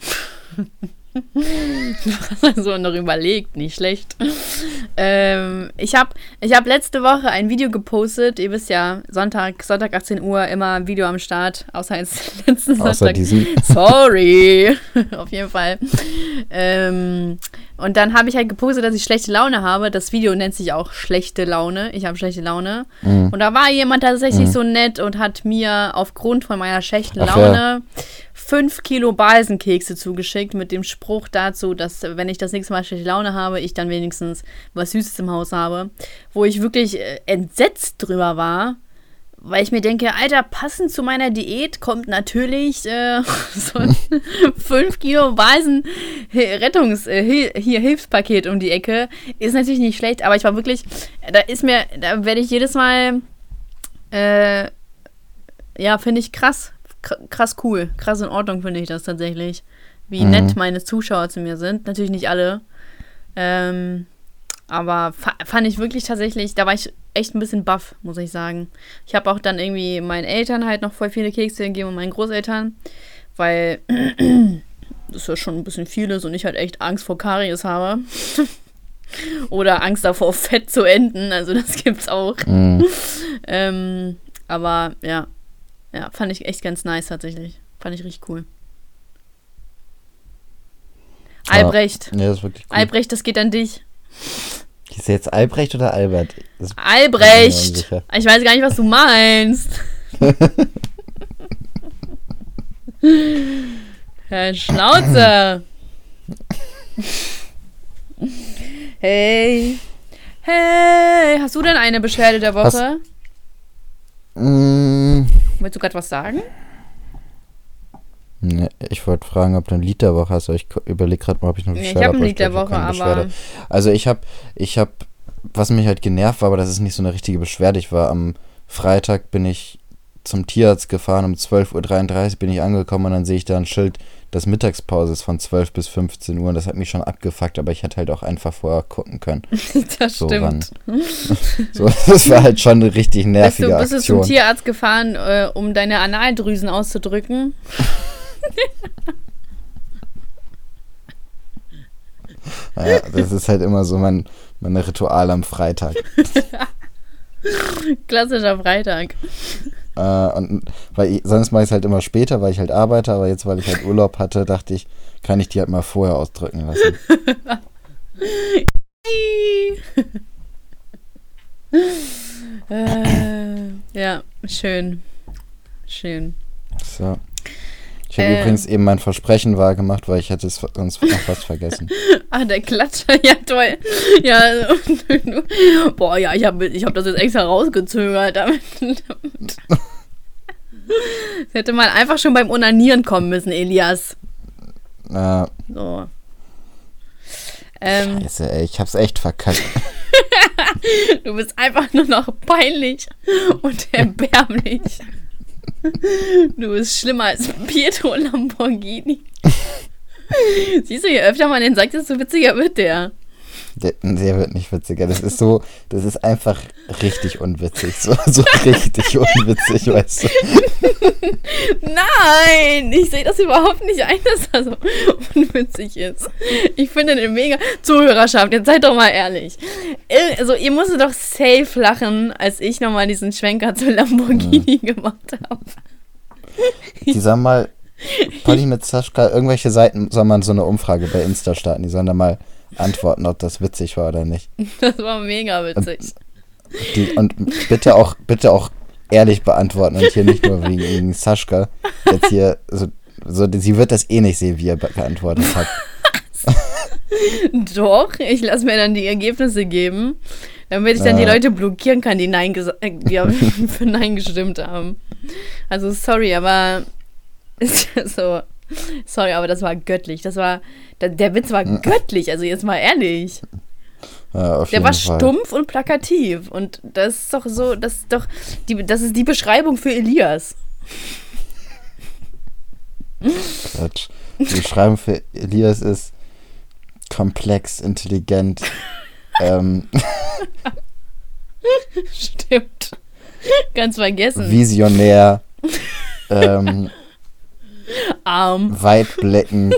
Du hast so noch überlegt, nicht schlecht. Ähm, ich habe ich hab letzte Woche ein Video gepostet. Ihr wisst ja, Sonntag, Sonntag achtzehn Uhr, immer ein Video am Start. Außer jetzt letzten Außer Sonntag. diesen. Sorry. Auf jeden Fall. Ähm, und dann habe ich halt gepostet, dass ich schlechte Laune habe. Das Video nennt sich auch schlechte Laune. Ich habe schlechte Laune. Mhm. Und da war jemand tatsächlich mhm. so nett und hat mir aufgrund von meiner schlechten Ach, Laune ja. fünf Kilo Balsenkekse zugeschickt mit dem Spruch dazu, dass, wenn ich das nächste Mal schlechte Laune habe, ich dann wenigstens was Süßes im Haus habe. Wo ich wirklich äh, entsetzt drüber war, weil ich mir denke, Alter, passend zu meiner Diät kommt natürlich äh, so ein fünf Kilo Balsen-Rettungs-, äh, hier Hilfspaket um die Ecke. Ist natürlich nicht schlecht, aber ich war wirklich, da ist mir, da werde ich jedes Mal, äh, ja, finde ich krass. Krass cool, krass in Ordnung finde ich das tatsächlich. Wie mhm. nett meine Zuschauer zu mir sind. Natürlich nicht alle. Ähm, aber fa- fand ich wirklich tatsächlich, da war ich echt ein bisschen baff, muss ich sagen. Ich habe auch dann irgendwie meinen Eltern halt noch voll viele Kekse gegeben und meinen Großeltern, weil das ja schon ein bisschen viel ist und ich halt echt Angst vor Karies habe. Oder Angst davor, fett zu enden. Also das gibt's auch. Mhm. ähm, aber ja. Ja, fand ich echt ganz nice tatsächlich. Fand ich richtig cool. Ja, Albrecht. Ja, das ist wirklich cool. Albrecht, das geht an dich. Ist jetzt Albrecht oder Albert? Das Albrecht! Ich weiß gar nicht, was du meinst. Herr Schnauze! Hey! Hey! Hast du denn eine Beschwerde der Woche? Hast Mm. Willst du gerade was sagen? Nee, ich wollte fragen, ob du ein Lied der Woche hast, aber ich überlege gerade mal, ob ich noch Beschwerde habe. Ich habe ein Lied der Woche, aber... Also ich habe, ich habe, was mich halt genervt war, aber das ist nicht so eine richtige Beschwerde. Ich war am Freitag, bin ich zum Tierarzt gefahren, um zwölf Uhr dreiunddreißig bin ich angekommen und dann sehe ich da ein Schild, dass Mittagspause ist von zwölf bis fünfzehn Uhr und das hat mich schon abgefuckt, aber ich hätte halt auch einfach vorher gucken können. Das so stimmt. So, das war halt schon eine richtig nervige bist du, bist Aktion. Bist du zum Tierarzt gefahren, äh, um deine Analdrüsen auszudrücken? Naja, das ist halt immer so mein, mein Ritual am Freitag. Klassischer Freitag. Äh, und weil ich, sonst mache ich es halt immer später, weil ich halt arbeite, aber jetzt, weil ich halt Urlaub hatte, dachte ich, kann ich die halt mal vorher ausdrücken lassen. äh, ja, schön. Schön. So. Ich habe äh. übrigens eben mein Versprechen wahrgemacht, weil ich hätte es sonst noch was vergessen. Ah, der Klatscher, ja toll. Ja, boah, ja, ich habe ich hab das jetzt extra rausgezögert. Damit, damit. Das hätte man einfach schon beim Onanieren kommen müssen, Elias. Na. So. Ähm, Scheiße, ey, ich hab's echt verkackt. Du bist einfach nur noch peinlich und erbärmlich. Du bist schlimmer als Pietro Lamborghini. Siehst du, je öfter man den sagt, desto witziger wird der. Der, der wird nicht witziger. Das ist so, das ist einfach richtig unwitzig. So, so richtig unwitzig, weißt du. Nein, ich sehe das überhaupt nicht ein, dass er so unwitzig ist. Ich finde den mega Zuhörerschaft, jetzt seid doch mal ehrlich. Also ihr musstet doch safe lachen, als ich nochmal diesen Schwenker zu Lamborghini mhm. gemacht habe. Die sollen mal, Polly mit Sascha, irgendwelche Seiten, soll man so eine Umfrage bei Insta starten, die sollen da mal antworten, ob das witzig war oder nicht. Das war mega witzig. Und, die, und bitte auch, bitte auch ehrlich beantworten und hier nicht nur wegen, wegen Sascha. Jetzt hier, so, so, sie wird das eh nicht sehen, wie er geantwortet hat. Doch, ich lasse mir dann die Ergebnisse geben, damit ich dann ja. die Leute blockieren kann, die Nein, gesa- die für Nein gestimmt haben. Also sorry, aber so, sorry, aber das war göttlich. Das war, der, der Witz war göttlich, also jetzt mal ehrlich. Ja, auf der jeden war Fall. stumpf und plakativ und das ist doch so, das ist doch, die, das ist die Beschreibung für Elias. Quatsch. Die Beschreibung für Elias ist komplex, intelligent. ähm, Stimmt. Ganz vergessen. Visionär. ähm, Arm. Weitblickend.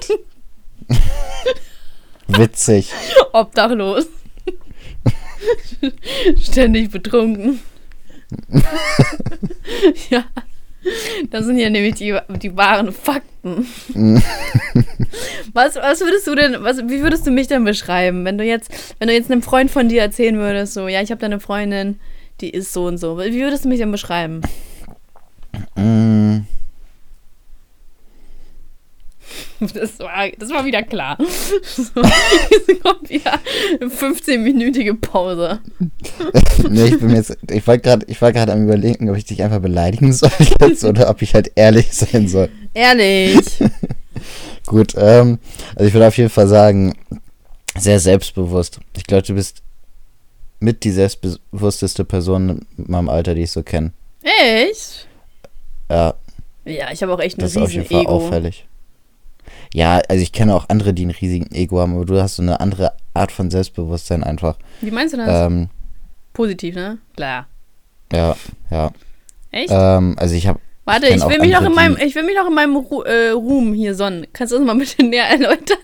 Witzig. Obdachlos. Ständig betrunken. Ja. Das sind ja nämlich die, die wahren Fakten. was, was würdest du denn, was, wie würdest du mich denn beschreiben, wenn du jetzt, wenn du jetzt einem Freund von dir erzählen würdest, so, ja, ich habe da eine Freundin, die ist so und so. Wie würdest du mich denn beschreiben? Mm. Das war, das war wieder klar. So, jetzt kommt wieder eine fünfzehnminütige Pause. Nee, ich bin mir jetzt, ich war gerade, ich war gerade am Überlegen, ob ich dich einfach beleidigen soll jetzt oder ob ich halt ehrlich sein soll. Ehrlich. Gut, ähm, also ich würde auf jeden Fall sagen, sehr selbstbewusst. Ich glaube, du bist mit die selbstbewussteste Person in meinem Alter, die ich so kenne. Echt? Ja. Ja, ich habe auch echt ein Das ist auf riesen jeden Fall Ego. auffällig. Ja, also ich kenne auch andere, die einen riesigen Ego haben, aber du hast so eine andere Art von Selbstbewusstsein einfach. Wie meinst du das? Ähm, Positiv, ne? Klar. ja, ja. Echt? Ähm, also ich habe. Warte, ich, ich kenn will auch mich noch andere, in meinem, die- ich will mich noch in meinem Ru- äh, Ruhm hier sonnen. Kannst du das mal bitte näher erläutern?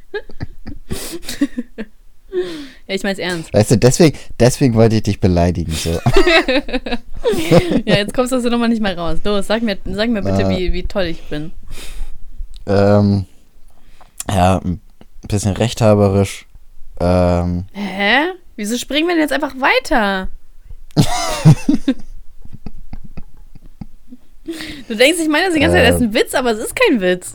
Ja, ich mein's ernst. Weißt du, deswegen, deswegen wollte ich dich beleidigen. So. Ja, jetzt kommst du nochmal nicht mehr raus. Los, sag mir, sag mir bitte, Äh. wie, wie toll ich bin. ähm, ja, ein bisschen rechthaberisch. Ähm, Hä? Wieso springen wir denn jetzt einfach weiter? Du denkst, ich meine das die ganze Zeit, Äh. das ist ein Witz, aber es ist kein Witz.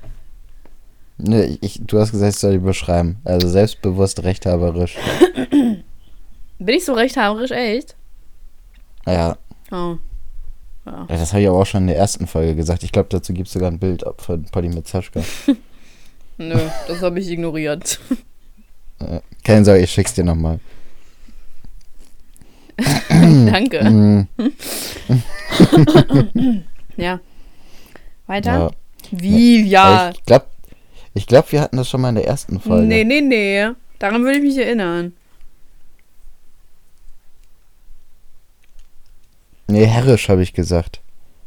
ne, ich, du hast gesagt, ich soll die beschreiben. Also selbstbewusst, rechthaberisch. Bin ich so rechthaberisch, echt? Ja, Oh. Ja. das habe ich aber auch schon in der ersten Folge gesagt. Ich glaube, dazu gibt es sogar ein Bild ab von Polly mit Sascha. Nö, das habe ich ignoriert. Äh, keine Sorge, ich schick's dir nochmal. Danke. Mm, Ja. Weiter? ja. Wie, ja? Ich glaube, ich glaub, wir hatten das schon mal in der ersten Folge. Nee, nee, nee. Daran würde ich mich erinnern. Nee, herrisch, habe ich gesagt.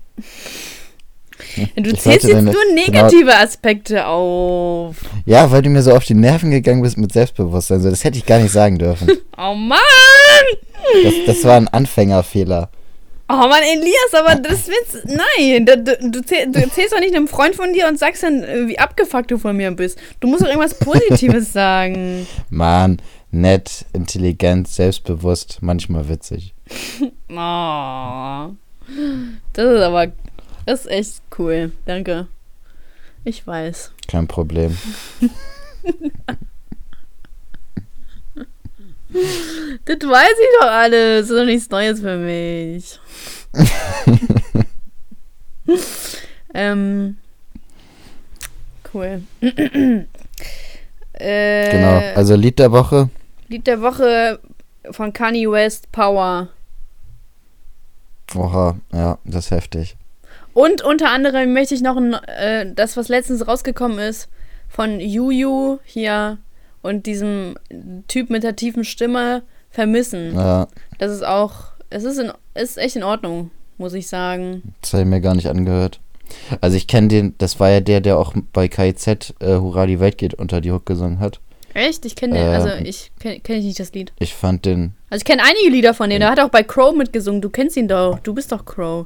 Du Ich zählst wollte jetzt deine- nur negative Aspekte auf. Ja, weil du mir so auf die Nerven gegangen bist mit Selbstbewusstsein. Also, das hätte ich gar nicht sagen dürfen. Oh Mann! Das, das war ein Anfängerfehler. Oh Mann, Elias, aber das willst nein, du, du, du, zähl, du erzählst doch nicht einem Freund von dir und sagst dann, äh, wie abgefuckt du von mir bist. Du musst doch irgendwas Positives sagen. Mann, nett, intelligent, selbstbewusst, manchmal witzig. Oh. Das ist aber, das ist echt cool. Danke. Ich weiß. Kein Problem. Das weiß ich doch alles. Das ist doch nichts Neues für mich. ähm. Cool. äh, Genau, also Lied der Woche. Lied der Woche von Kanye West, Power. Oha, ja, das ist heftig. Und unter anderem möchte ich noch ein, äh, das, was letztens rausgekommen ist, von Juju hier, und diesem Typ mit der tiefen Stimme vermissen. Ja. Das ist auch, es ist, in, ist echt in Ordnung, muss ich sagen. Das habe ich mir gar nicht angehört. Also ich kenne den, das war ja der, der auch bei K I Z äh, Hurra, die Welt geht unter die Hook gesungen hat. Echt? Ich kenne den, Ähm, also ich kenne kenn ich nicht das Lied. Ich fand den, Also ich kenne einige Lieder von dem, der hat auch bei Crow mitgesungen, du kennst ihn doch, du bist doch Crow.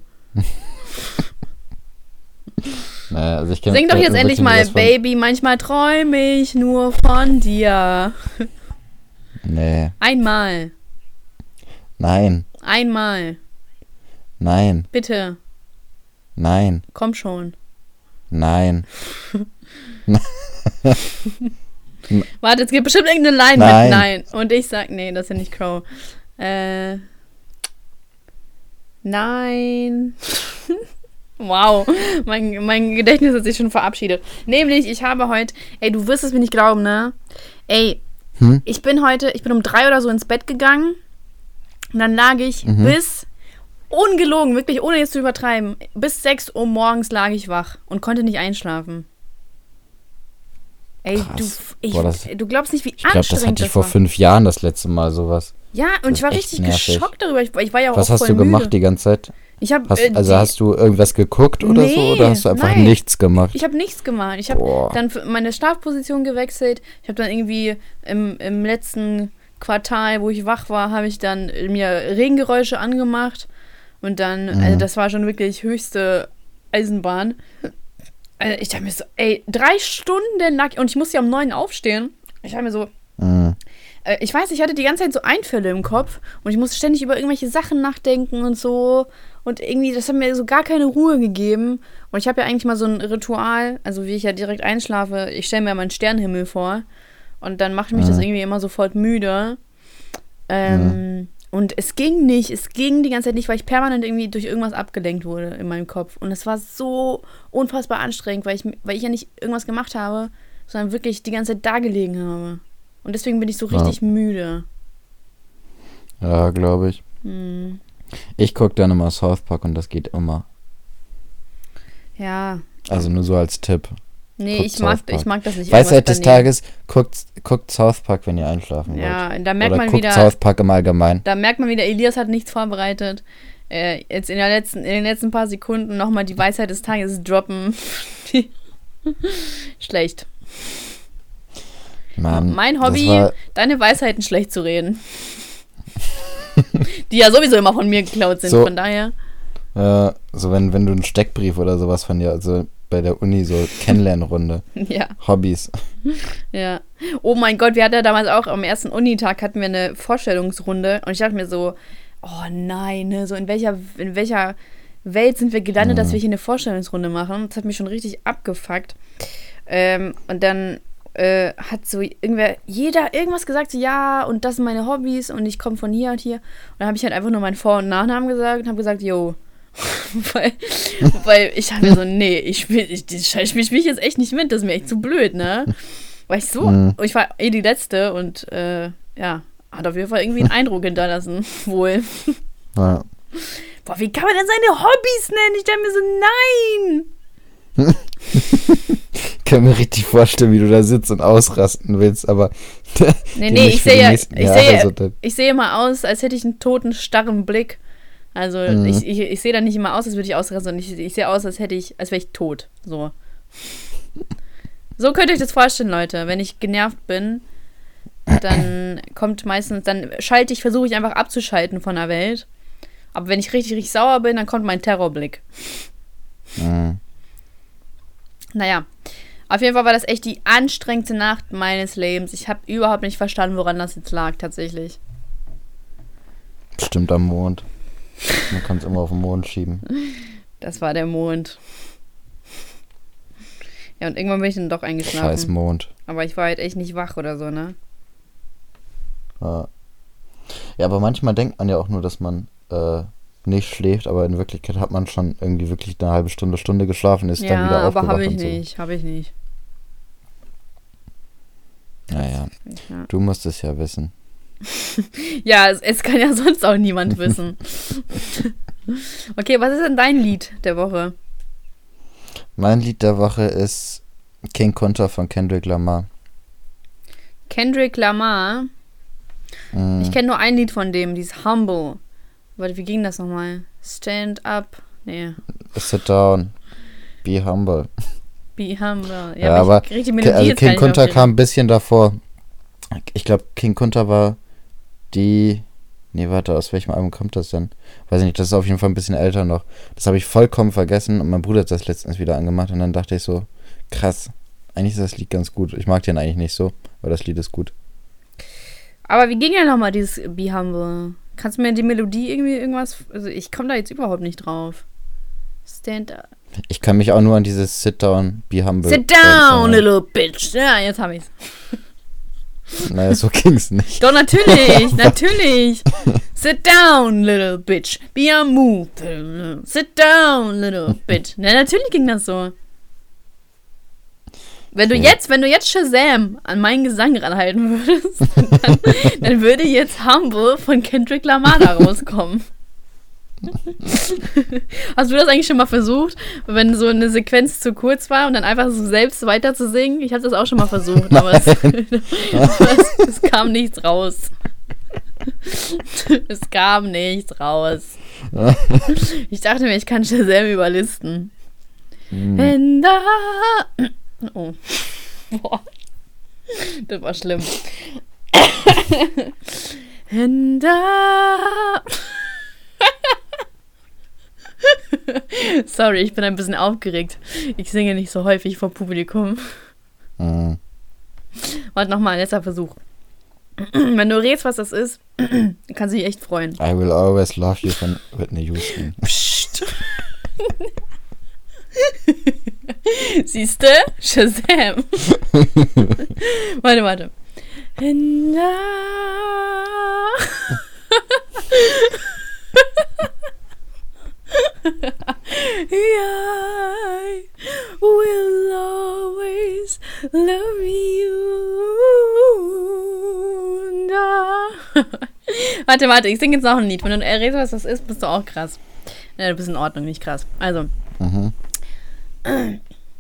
naja, also ich kenne... Sing doch jetzt endlich mal, Baby, manchmal träume ich nur von dir. Nee. Einmal, Nein. einmal, Nein. bitte, Nein. komm schon. Nein. Warte, es gibt bestimmt irgendeine Line Nein. mit Nein. Und ich sag, nee, das ist ja nicht Crow. Äh. Nein. Wow, mein, mein Gedächtnis hat sich schon verabschiedet. Nämlich, ich habe heute, ey, du wirst es mir nicht glauben, ne? Ey, Hm? ich bin heute, ich bin um drei oder so ins Bett gegangen und dann lag ich Mhm. bis, ungelogen, wirklich, ohne jetzt zu übertreiben, bis sechs Uhr morgens lag ich wach und konnte nicht einschlafen. Ey, du, Krass. ich, Boah, das- du glaubst nicht, wie Ich glaube, anstrengend das hatte ich das vor war. fünf Jahren das letzte Mal sowas. Ja, und Das ich war ist richtig echt nervig. geschockt darüber. Ich, ich war ja auch Was voll hast du müde. gemacht die ganze Zeit? Ich habe Hast, äh, also die- hast du irgendwas geguckt oder Nee, so? Oder hast du einfach nein. nichts gemacht? Ich habe nichts gemacht. Ich habe Boah. dann für meine Schlafposition gewechselt. Ich habe dann irgendwie im, im letzten Quartal, wo ich wach war, habe ich dann mir Regengeräusche angemacht. Und dann, Mhm. also das war schon wirklich höchste Eisenbahn. Also ich dachte mir so, ey, drei Stunden lag und ich musste ja um neun aufstehen. Ich habe mir so, Mhm. äh, ich weiß, ich hatte die ganze Zeit so Einfälle im Kopf und ich musste ständig über irgendwelche Sachen nachdenken und so. Und irgendwie, das hat mir so gar keine Ruhe gegeben. Und ich habe ja eigentlich mal so ein Ritual, also wie ich ja direkt einschlafe, ich stelle mir ja meinen Sternenhimmel vor. Und dann macht mich das Mhm. irgendwie immer sofort müde. Ähm, Und es ging nicht, es ging die ganze Zeit nicht, weil ich permanent irgendwie durch irgendwas abgelenkt wurde in meinem Kopf. Und es war so unfassbar anstrengend, weil ich, weil ich ja nicht irgendwas gemacht habe, sondern wirklich die ganze Zeit da gelegen habe. Und deswegen bin ich so Ja. richtig müde. Ja, glaube ich. Hm. Ich gucke dann immer South Park und das geht immer. Ja. Also nur so als Tipp. Nee, Guckt ich mag, South Park. ich mag das nicht. Weisheit irgendwas des daneben. Tages, guckt, guckt South Park, wenn ihr einschlafen Ja, wollt. da merkt Oder man guckt wieder, South Park im Allgemeinen. da merkt man wieder, Elias hat nichts vorbereitet. Äh, jetzt in, der letzten, in den letzten paar Sekunden nochmal die Weisheit des Tages droppen. Schlecht. Mann, Mein das Hobby, war- deine Weisheiten schlecht zu reden. Die ja sowieso immer von mir geklaut sind, So. von daher. Ja, so wenn, wenn du einen Steckbrief oder sowas von dir, also bei der Uni, so Kennenlernrunde, Ja, Hobbys. ja. Oh mein Gott, wir hatten ja damals auch am ersten Unitag hatten wir eine Vorstellungsrunde und ich dachte mir so, oh nein, ne, so in welcher, in welcher Welt sind wir gelandet, Mhm. dass wir hier eine Vorstellungsrunde machen. Das hat mich schon richtig abgefuckt. Ähm, und dann äh, hat so irgendwer, jeder irgendwas gesagt, so ja, und das sind meine Hobbys und ich komme von hier und hier. Und dann habe ich halt einfach nur meinen Vor- und Nachnamen gesagt und habe gesagt, yo. weil, weil ich dachte mir so, nee, ich spiele ich, ich, ich spiel jetzt echt nicht mit, das ist mir echt zu blöd, ne? Weil ich so, Mhm. ich war eh die Letzte und äh, ja, hat auf jeden Fall irgendwie einen Eindruck hinterlassen, wohl. Ja. Boah, wie kann man denn seine Hobbys nennen? Ich dachte mir so, nein! Ich kann mir richtig vorstellen, wie du da sitzt und ausrasten willst, aber Nee, die nee, nicht ich für sehe die ja, nächsten ich Jahre sehe, so dann- ich sehe immer aus, als hätte ich einen toten, starren Blick. Also Mhm. ich, ich, ich sehe dann nicht immer aus, als würde ich ausrasten, sondern ich, ich sehe aus, als hätte ich, als wäre ich tot. So. So könnt ihr euch das vorstellen, Leute. Wenn ich genervt bin, dann kommt meistens, dann schalte ich, versuche ich einfach abzuschalten von der Welt. Aber wenn ich richtig, richtig sauer bin, dann kommt mein Terrorblick. Mhm. Naja, auf jeden Fall war das echt die anstrengendste Nacht meines Lebens. Ich habe überhaupt nicht verstanden, woran das jetzt lag, tatsächlich. Bestimmt am Mond. Man kann es immer auf den Mond schieben. Das war der Mond. Ja, und irgendwann bin ich dann doch eingeschlafen. Scheiß Mond. Aber ich war halt echt nicht wach oder so, ne? Ja. ja, aber manchmal denkt man ja auch nur, dass man äh, nicht schläft, aber in Wirklichkeit hat man schon irgendwie wirklich eine halbe Stunde, Stunde geschlafen, ist dann Ja, wieder aber aufgewacht habe ich und so. nicht, habe ich nicht. Naja, Ja, du musst es ja wissen. ja es, es kann ja sonst auch niemand wissen. Okay, was ist denn dein Lied der Woche? Mein Lied der Woche ist King Kunta von Kendrick Lamar. Kendrick Lamar. Mm. Ich kenne nur ein Lied von dem, dieses Humble. Warte, wie ging das nochmal? Stand up. Nee. Sit down. Be humble. Be humble. Ja, Ja, aber ich, die Melodie also jetzt gar King nicht Kunta aufgeregt. kam ein bisschen davor. Ich glaube, King Kunta war die... Nee, warte, aus welchem Album kommt das denn? Weiß ich nicht, das ist auf jeden Fall ein bisschen älter noch. Das habe ich vollkommen vergessen und mein Bruder hat das letztens wieder angemacht und dann dachte ich so, krass, eigentlich ist das Lied ganz gut. Ich mag den eigentlich nicht so, aber das Lied ist gut. Aber wie ging ja nochmal dieses Be Humble? Kannst du mir die Melodie irgendwie irgendwas... Also ich komme da jetzt überhaupt nicht drauf. Stand up. Ich kann mich auch nur an dieses Sit down, be humble. Sit down, little bitch. Ja, jetzt habe ich's. Naja, so ging's nicht. Doch, natürlich, natürlich. Sit down, little bitch. Be a move. Sit down, little bitch. Na, natürlich ging das so. Wenn du Okay. jetzt, wenn du jetzt Shazam an meinen Gesang ranhalten würdest, dann, dann würde jetzt Humble von Kendrick Lamar da rauskommen. Hast du das eigentlich schon mal versucht, wenn so eine Sequenz zu kurz war und dann einfach so selbst weiter zu singen? Ich habe das auch schon mal versucht, aber es, es, es kam nichts raus. Es kam nichts raus. Ich dachte mir, ich kann Shazam überlisten. Hm. And I... Oh. Boah. Das war schlimm. And I... Sorry, ich bin ein bisschen aufgeregt. Ich singe nicht so häufig vor Publikum. Mhm. Warte nochmal, letzter Versuch. Wenn du rätst, was das ist, kannst du dich echt freuen. I will always love you von Whitney Houston. Psst. Siehste? Shazam. Warte, warte. And I will always love you. And I- Warte, warte, ich singe jetzt noch ein Lied. Wenn du errätst, was das ist, bist du auch krass. Ne, du bist in Ordnung, nicht krass. Also. Mhm. And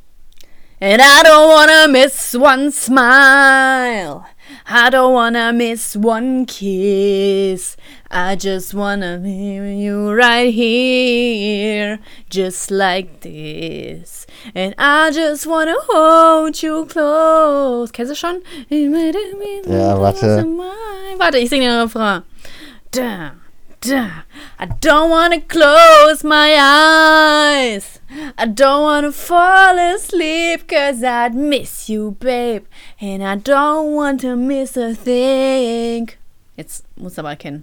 I don't wanna miss one smile. I don't wanna miss one kiss. I just wanna hear you right here, just like this. And I just wanna hold you close. Kennst du schon? Ja, warte. Warte, ich singe den Refrain. Da, da. I don't wanna close my eyes. I don't wanna fall asleep, cause I'd miss you, babe. And I don't want to miss a thing. Jetzt musst du aber erkennen.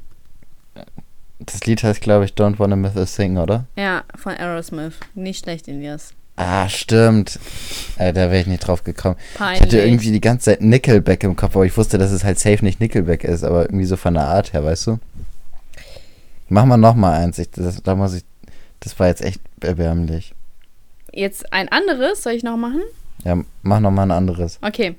Das Lied heißt, glaube ich, Don't Wanna Miss a Thing, oder? Ja, von Aerosmith. Nicht schlecht, Elias. Ah, stimmt. Äh, da wäre ich nicht drauf gekommen. Peinlich. Ich hatte irgendwie die ganze Zeit Nickelback im Kopf, aber ich wusste, dass es halt safe nicht Nickelback ist, aber irgendwie so von der Art her, weißt du? Mach mal noch mal eins. Ich, das, da muss ich, das war jetzt echt erbärmlich. Jetzt ein anderes, soll ich noch machen? Ja, mach noch mal ein anderes. Okay.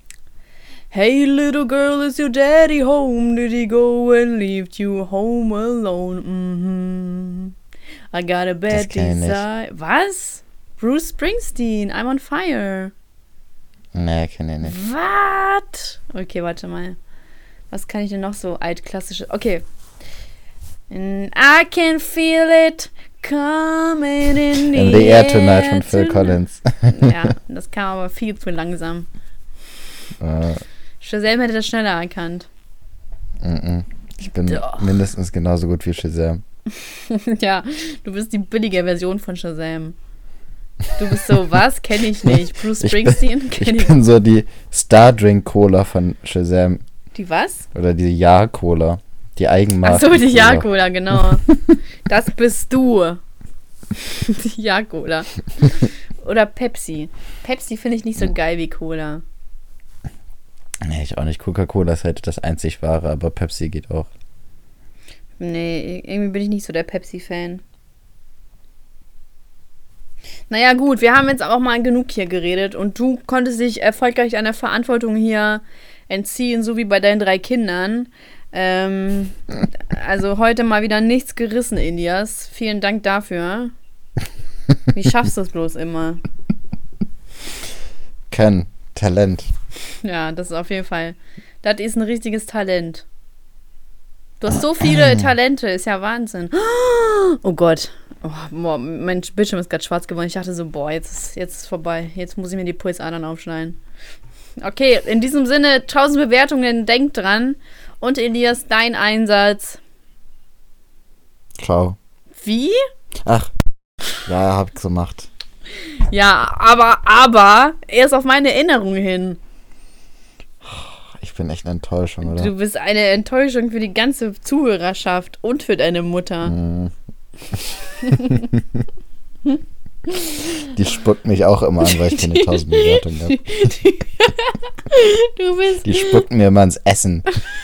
Hey little girl, is your daddy home? Did he go and leave you home alone? Mhm. I got a bad kenn ich nicht. desire. Was? Bruce Springsteen, I'm on fire. Nee, kenn ich nicht. Was? Okay, warte mal. Was kann ich denn noch so altklassische? Okay. And I can feel it coming in the, In the Air Tonight air von Phil tonight. Collins. Ja, das kam aber viel zu langsam. äh, Shazam hätte das schneller erkannt. mm-mm. Ich bin Doch. mindestens genauso gut wie Shazam. Ja, du bist die billige Version von Shazam. Du bist so, was? Kenn ich nicht. Bruce Ich bin- Springsteen? Kenn Ich ich. bin so die Stardrink-Cola von Shazam. Die was? Oder die Ja-Cola. Die Eigenmarke. Achso, die Ja-Cola, genau. Das bist du. Die Ja-Cola. Oder Pepsi. Pepsi finde ich nicht so geil wie Cola. Nee, ich auch nicht. Coca-Cola ist halt das einzig wahre, aber Pepsi geht auch. Nee, irgendwie bin ich nicht so der Pepsi-Fan. Naja, gut, wir haben jetzt auch mal genug hier geredet und du konntest dich erfolgreich deiner Verantwortung hier entziehen, so wie bei deinen drei Kindern. Ähm, also heute mal wieder nichts gerissen, Elias. Vielen Dank dafür. Wie schaffst du es bloß immer? Ken, Talent. Ja, das ist auf jeden Fall. Das ist ein richtiges Talent. Du hast so viele Talente, ist ja Wahnsinn. Oh Gott. Oh, boah, mein Bildschirm ist gerade schwarz geworden. Ich dachte so, boah, jetzt ist jetzt ist vorbei. Jetzt muss ich mir die Pulsadern aufschneiden. Okay, in diesem Sinne, tausend Bewertungen, denk dran. Und Elias, dein Einsatz. Ciao. Wie? Ach, ja, hab ich gemacht. Ja, aber, aber, erst auf meine Erinnerung hin. Ich bin echt eine Enttäuschung, oder? Du bist eine Enttäuschung für die ganze Zuhörerschaft und für deine Mutter. Mm. Die spuckt mich auch immer an, weil ich keine tausend Bewertungen habe. Du bist... Die spuckt mir immer ins Essen.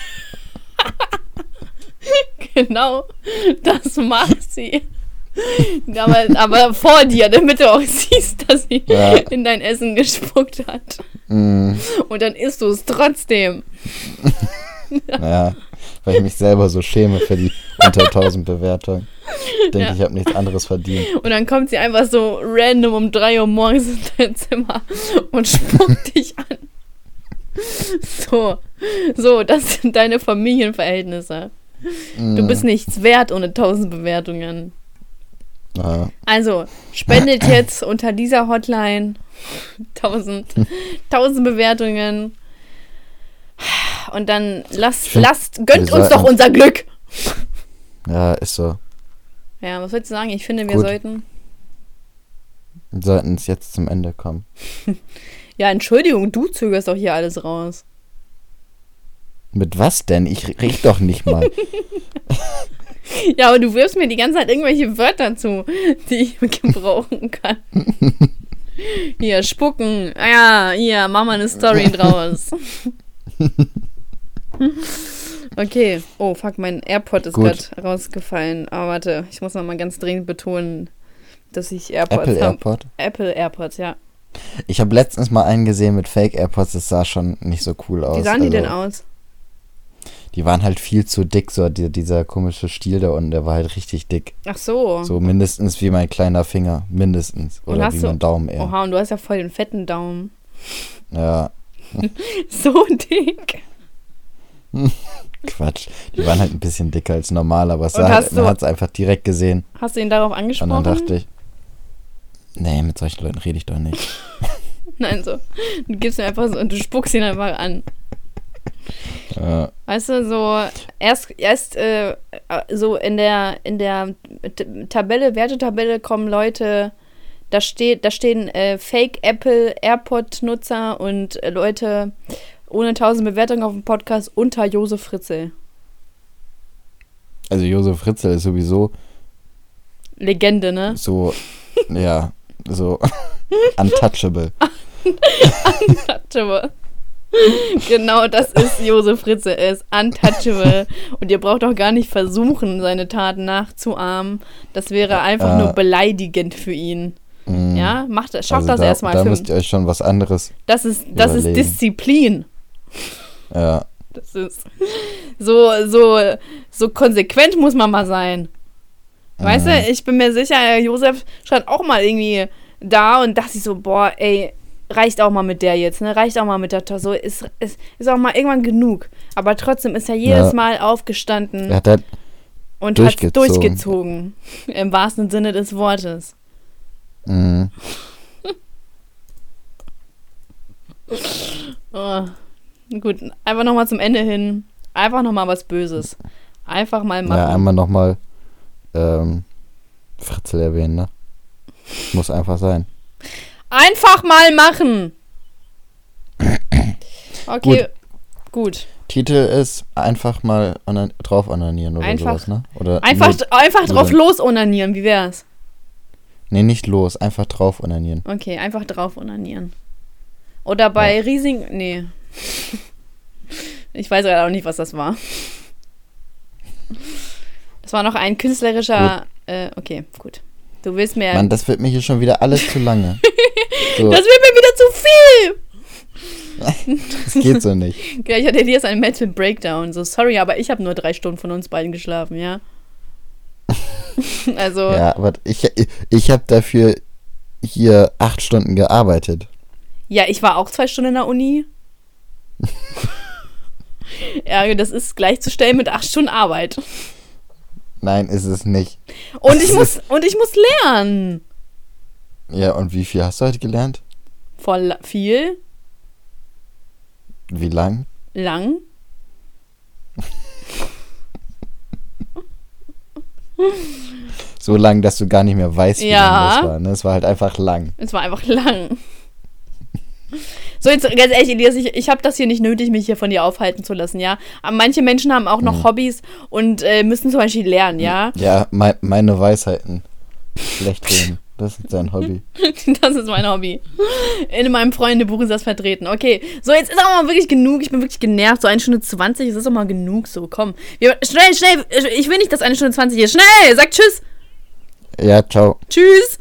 Genau, das macht sie. Aber, aber vor dir, damit du auch siehst, dass sie ja. in dein Essen gespuckt hat. Mm. Und dann isst du es trotzdem. Naja, weil ich mich selber so schäme für die unter tausend Bewertungen. Ich denke, ja. ich habe nichts anderes verdient. Und dann kommt sie einfach so random um drei Uhr morgens in dein Zimmer und spuckt dich an. So, so, das sind deine Familienverhältnisse. Mm. Du bist nichts wert ohne tausend Bewertungen. Ja. Also, spendet jetzt unter dieser Hotline tausend, tausend Bewertungen und dann lasst, find, lasst, gönnt uns doch unser Glück. Ja, ist so. Ja, was würdest du sagen? Ich finde, wir Gut. sollten... Wir sollten es jetzt zum Ende kommen. Ja, Entschuldigung, du zögerst doch hier alles raus. Mit was denn? Ich riech doch nicht mal. Ja, aber du wirfst mir die ganze Zeit irgendwelche Wörter zu, die ich gebrauchen kann. Hier, spucken. Ah ja, hier, mach mal eine Story draus. Okay. Oh, fuck, mein AirPod ist gerade rausgefallen. Aber warte, ich muss noch mal ganz dringend betonen, dass ich AirPods habe. Apple AirPod? Apple AirPods, ja. Ich habe letztens mal einen gesehen mit Fake AirPods, das sah schon nicht so cool aus. Wie sahen also, die denn aus? Die waren halt viel zu dick, so die, dieser komische Stiel da unten, der war halt richtig dick. Ach so. So mindestens wie mein kleiner Finger, mindestens. Oder wie du, mein Daumen eher. Oha, und du hast ja voll den fetten Daumen. Ja. So dick. Quatsch. Die waren halt ein bisschen dicker als normal, aber es sah halt, man hat es einfach direkt gesehen. Hast du ihn darauf angesprochen? Und dann dachte ich, nee, mit solchen Leuten rede ich doch nicht. Nein, so. Du gibst ihn einfach so und du spuckst ihn einfach an. Ja. Weißt du, so erst, erst äh, so in der in der Tabelle, Wertetabelle kommen Leute, da steht, da stehen äh, Fake Apple AirPod-Nutzer und äh, Leute ohne tausend Bewertungen auf dem Podcast unter Josef Fritzl. Also Josef Fritzl ist sowieso Legende, ne? So, ja, so untouchable. Untouchable. Genau, das ist Josef Fritzl. Er ist untouchable. Und ihr braucht auch gar nicht versuchen, seine Taten nachzuahmen. Das wäre einfach äh, nur beleidigend für ihn. Mh. Ja, macht das, schafft also das da, erstmal. Da für, müsst ihr euch schon was anderes Das ist, das ist Disziplin. Ja. Das ist so, so, so konsequent muss man mal sein. Weißt mhm. du, ich bin mir sicher, Josef stand auch mal irgendwie da und dachte sich so, boah, ey, reicht auch mal mit der jetzt, ne? Reicht auch mal mit der Tochter. So ist, ist, ist auch mal irgendwann genug. Aber trotzdem ist er jedes ja. Mal aufgestanden er hat halt und hat es durchgezogen. Im wahrsten Sinne des Wortes. Mhm. Oh. Gut, einfach nochmal zum Ende hin. Einfach nochmal was Böses. Einfach mal machen. Ja, einmal nochmal ähm, Fritzl erwähnen, ne? Muss einfach sein. Einfach mal machen! Okay, gut. gut. Titel ist einfach mal onan- drauf onanieren oder einfach, sowas, ne? Oder einfach nur, einfach drauf los onanieren, wie wär's? Nee, nicht los, einfach drauf onanieren. Okay, einfach drauf onanieren. Oder bei ja. Riesing... Nee. Ich weiß gerade auch nicht, was das war. Das war noch ein künstlerischer... Äh, okay, gut. Du willst mir... Mann, das wird mir hier schon wieder alles zu lange. So. Das wird mir wieder zu viel! Das geht so nicht. Gleich hat Elias einen Mental Breakdown. So, sorry, aber ich habe nur drei Stunden von uns beiden geschlafen, ja? Also... Ja, aber ich, ich habe dafür hier acht Stunden gearbeitet. Ja, ich war auch zwei Stunden in der Uni. Ja, das ist gleichzustellen mit acht Stunden Arbeit. Nein, ist es nicht. Und ich muss, und ich muss lernen. Ja, und wie viel hast du heute gelernt? Voll viel. Wie lang? Lang. So lang, dass du gar nicht mehr weißt, wie ja. lang das war. Ne? Es war halt einfach lang. Es war einfach lang. So, jetzt ganz ehrlich, Elias, ich, ich habe das hier nicht nötig, mich hier von dir aufhalten zu lassen, ja. Aber manche Menschen haben auch noch hm. Hobbys und äh, müssen zum Beispiel lernen, ja. Ja, me- meine Weisheiten schlecht reden. Das ist dein Hobby. Das ist mein Hobby. In meinem Freundebuch ist das vertreten. Okay, so, jetzt ist auch mal wirklich genug. Ich bin wirklich genervt. So eine Stunde zwanzig, es ist auch mal genug. So, komm. Wir, schnell, schnell. Ich will nicht, dass eine Stunde zwanzig ist. Schnell, sag tschüss. Ja, ciao. Tschüss.